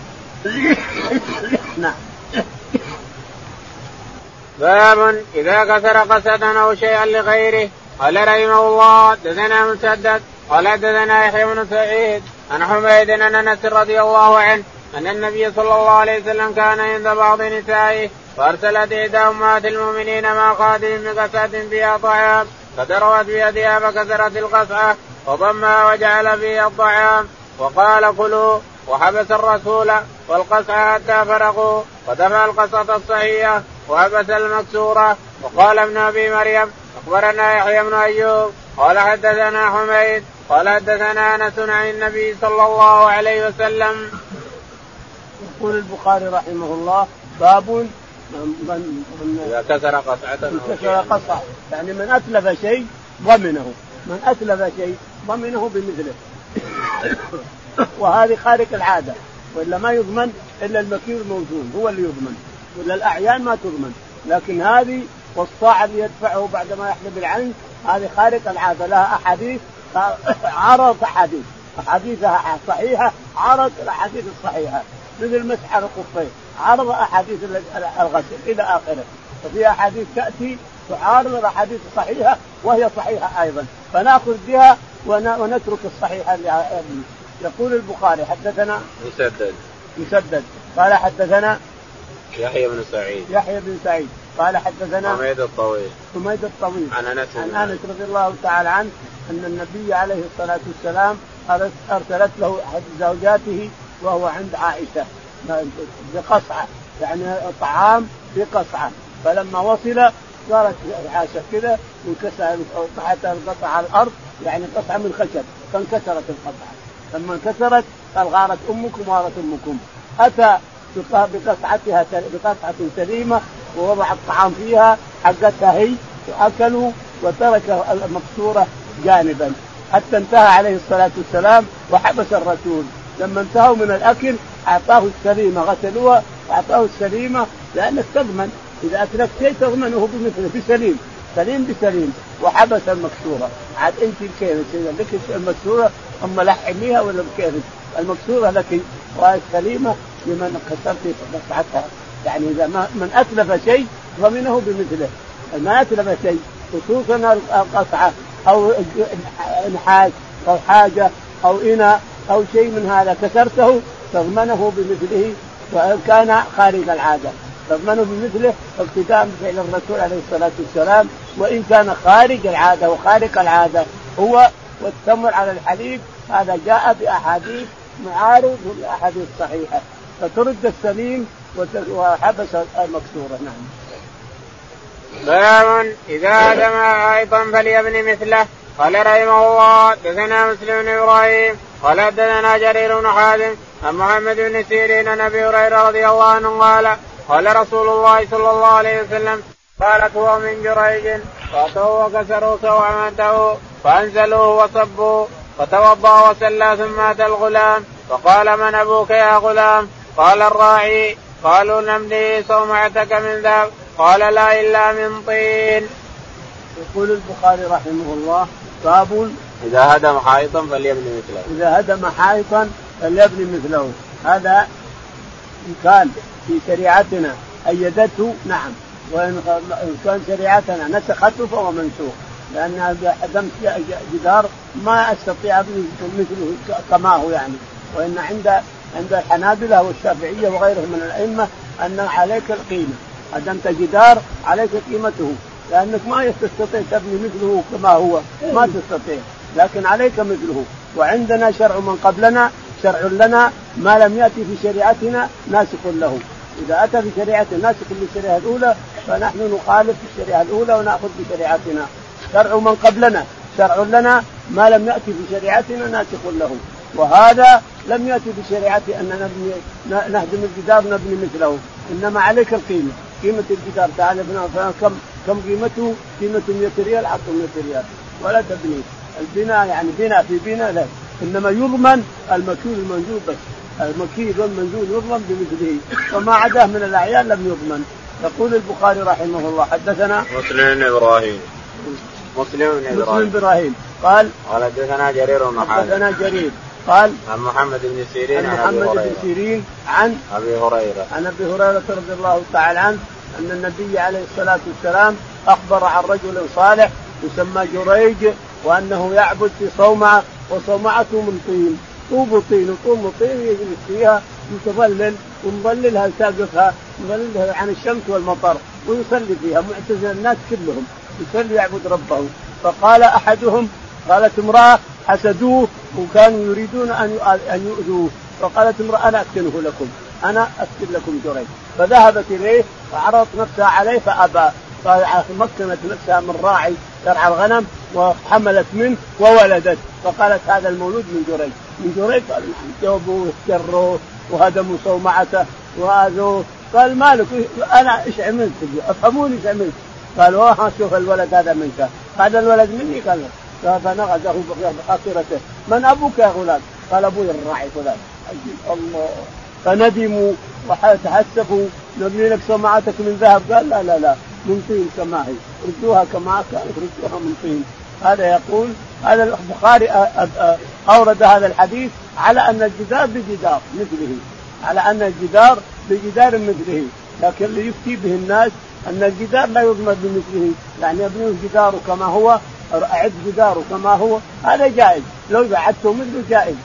نعم. باب إذا كسر قسدا أو شيئا لغيره. قال رحمه الله حدثنا مسدد قال حدثنا يحيى بن سعيد عن حميد عن أنس رضي الله عنه أن النبي صلى الله عليه وسلم كان عند بعض نسائه فأرسلت إحدى أمهات المؤمنين مع قادم بقسعة فيها طعام فدروت بيدها فكسرت القسعة وضمها وجعل فيها الطعام وقال كلوا وحبس الرسول والقسعة حتى فرقوا ودفع القسعة الصحيحة وحبس المكسورة. وقال ابن أبي مريم أخبرنا يحيى بن أيوب قال حدثنا حميد قال حدثنا أنس عن النبي صلى الله عليه وسلم. يقول البخاري رحمه الله باب من إذا كسر قطعة كسر قطعة يعني من أتلف شيء ضمنه من أتلف شيء ضمنه بمثله وهذه خارق العادة وإلا ما يضمن إلا المكير الموزون هو اللي يضمن ولا الأعيان ما تضمن. لكن هذه والصاع اللي يدفعه بعد ما يحلب العين هذه خارق العادة لها أحاديث عرض أحاديث أحاديثها صحيحة عرض الأحاديث الصحيحة مثل مسح على الخفين عرض أحاديث الغسل إلى آخره. وفي أحاديث تأتي تعارض الأحاديث الصحيحة وهي صحيحة أيضا فنأخذ بها ونترك الصحيحة. يقول البخاري حدثنا مسدد مسدد قال حدثنا يحيى بن سعيد يحيى بن سعيد قال حدثنا حميد الطويل حميد الطويل عن أنس عن أنس رضي الله تعالى عنه أن النبي عليه الصلاة والسلام أرسلت له أحد زوجاته وهو عند عائشة بقصعة يعني طعام بقصعة فلما وصل صارت عائشة كذا وانكسر طاحت القطعة على الأرض يعني قطعة من خشب فانكسرت القطعة. لما انكسرت قال غارت أمكم وغارت أمكم. أتى بقطعتها بقطعة سليمة ووضع الطعام فيها حقتها هي وأكلوا وترك المكسورة جانبا حتى انتهى عليه الصلاة والسلام وحبس الرسول. لما انتهوا من الأكل أعطاه السليمة غسلوها وأعطاه السليمة لأنك تضمن إذا أكلت شيء تضمنه بمثله بسليم سليم بسليم وحبس المكسورة. عاد أنت كيف لك المكسورة أما لحميها ولا بكيف المكسورة لك والسليمة لمن كسرت قطعتها. يعني إذا ما من أتلف شيء ضمنه بمثله ما أتلف شيء خصوصا القطعة أو نحاس أو حاجة أو إناء أو شيء من هذا كسرته تضمنه بمثله وإن كان خارج العادة تضمنه بمثله اقتداء بفعل الرسول عليه الصلاة والسلام وإن كان خارج العادة وخارق العادة هو والتمر على الحليب هذا جاء بأحاديث معارض للأحاديث الصحيحة فترد السليم وحبس المكسورة. نعم. باب إذا هدم حائطا فليبني مثله. قال رحمه الله دثنا مسلم بن إبراهيم قال حدثنا جرير بن حازم عن محمد بن سيرين عن أبي هريرة رضي الله عنه قال قال رسول الله صلى الله عليه وسلم قالت هو من جريج فأتوه وكسروا سوعمته فأنزلوه وصبوا فتوضأ وسلى ثم أتى الغلام فقال من أبوك يا غلام؟ قال الراعي. قالوا نملي صومعتك من ذهب؟ قال لا إلا من طين. يقول البخاري رحمه الله باب إذا هدم حائطا فليبني مثله. إذا هدم حائطا فليبني مثله. هذا إن كان في شريعتنا أيدته نعم، وإن كان شريعتنا نسخته فهو منسوخ، لأن عدم جدار ما أستطيع مثله كما هو يعني. وإن عند عند الحنابلة والشافعية وغيرهم من الأئمة أن عليك القيمة، عدمت جدار عليك قيمته، لأنك ما تستطيع تبني مثله كما هو، ما تستطيع، لكن عليك مثله. وعندنا شرع من قبلنا شرع لنا ما لم يأتي في شريعتنا ناسخ له. إذا أتى في شريعتنا ناسخ للشريعة الأولى فنحن نخالف في الشريعة الأولى ونأخذ بشريعتنا. شرع من قبلنا شرع لنا ما لم يأتي في شريعتنا ناسخ له، وهذا لم يأتي بشريعتي أن نبني نهدم الجدار نبني مثله، إنما عليك القيمة، قيمة الجدار. تعال كم كم قيمته؟ قيمة مئة ريال، عطوا مئة ريال ولا تبني. البناء يعني بناء في بناء لا، إنما يضمن المكيل المنزول بس، المكيل والمنزول يضمن بمثله، وما عداه من الأعيان لم يضمن. يقول البخاري رحمه الله حدثنا مسلم بن إبراهيم مسلم بن إبراهيم إبراهيم قال قال حدثنا جرير بن حازم حدثنا جرير قال عن محمد بن سيرين عن محمد بن سيرين عن أبي هريرة عن أبي هريرة رضي الله تعالى عنه أن النبي عليه الصلاة والسلام أخبر عن رجل صالح يسمى جريج، وأنه يعبد في صومعة، وصومعته من طين، طوب طين وطوب طين يجلس فيها متظلل ومظللها ساقفها مظللها عن الشمس والمطر، ويصلي فيها معتزل الناس كلهم يصلي يعبد ربه. فقال أحدهم، قالت امرأة حسدوه وكانوا يريدون أن يؤذوه، فقالت امرأة أنا أسكنه لكم، أنا أسكن لكم جريج. فذهبت إليه وعرضت نفسها عليه فأبى، فمكنت نفسها من راعي ترعى الغنم وحملت منه وولدت، فقالت هذا المولود من جريج. من جريج قال جوبوه جروه وهدموا صومعته وهذوه. قال مالك أنا إيش عملت؟ أفهموني إيش عملت؟ قالوا ها شوف الولد هذا منك. هذا الولد مني. قال فنغزه بخاطرته. من أبوك يا غلام؟ قال أبوي الراعي فلان. الله. فندموا وتحسفوا نبني لك صومعتك من ذهب. قال لا لا لا من طين كما هي، ردوها كما كانت، ردوها من طين. هذا يقول هذا البخاري أورد هذا الحديث على أن الجدار بجدار مثله، على أن الجدار بجدار مثله، لكن اللي يفتي به الناس أن الجدار لا يضمن بمثله، يعني يبنيه جداره كما هو، أعد جداره كما هو، هذا جائز، لو بعدته مثله جائز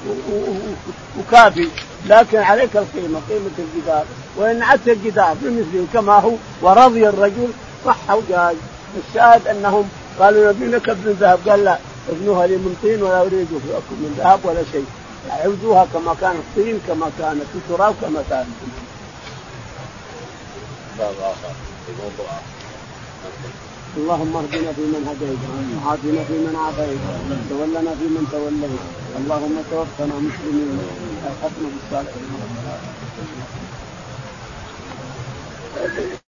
وكافي، لكن عليك القيمة، قيمة الجدار. وإن عدت الجدار بمثله كما هو ورضي الرجل صح وجاز. الشاهد أنهم قالوا نبني لك ابن ذهب، قال لا ابنها لي من طين ولا أريد من ذهب ولا شيء، عودوها كما كانت طين كما كانت في تراب كما كانت. اللهم اهدنا فيمن هديت وعافنا فيمن عافيت وتولنا فيمن توليت، اللهم توفنا مسلمين والحقنا بالصالحين.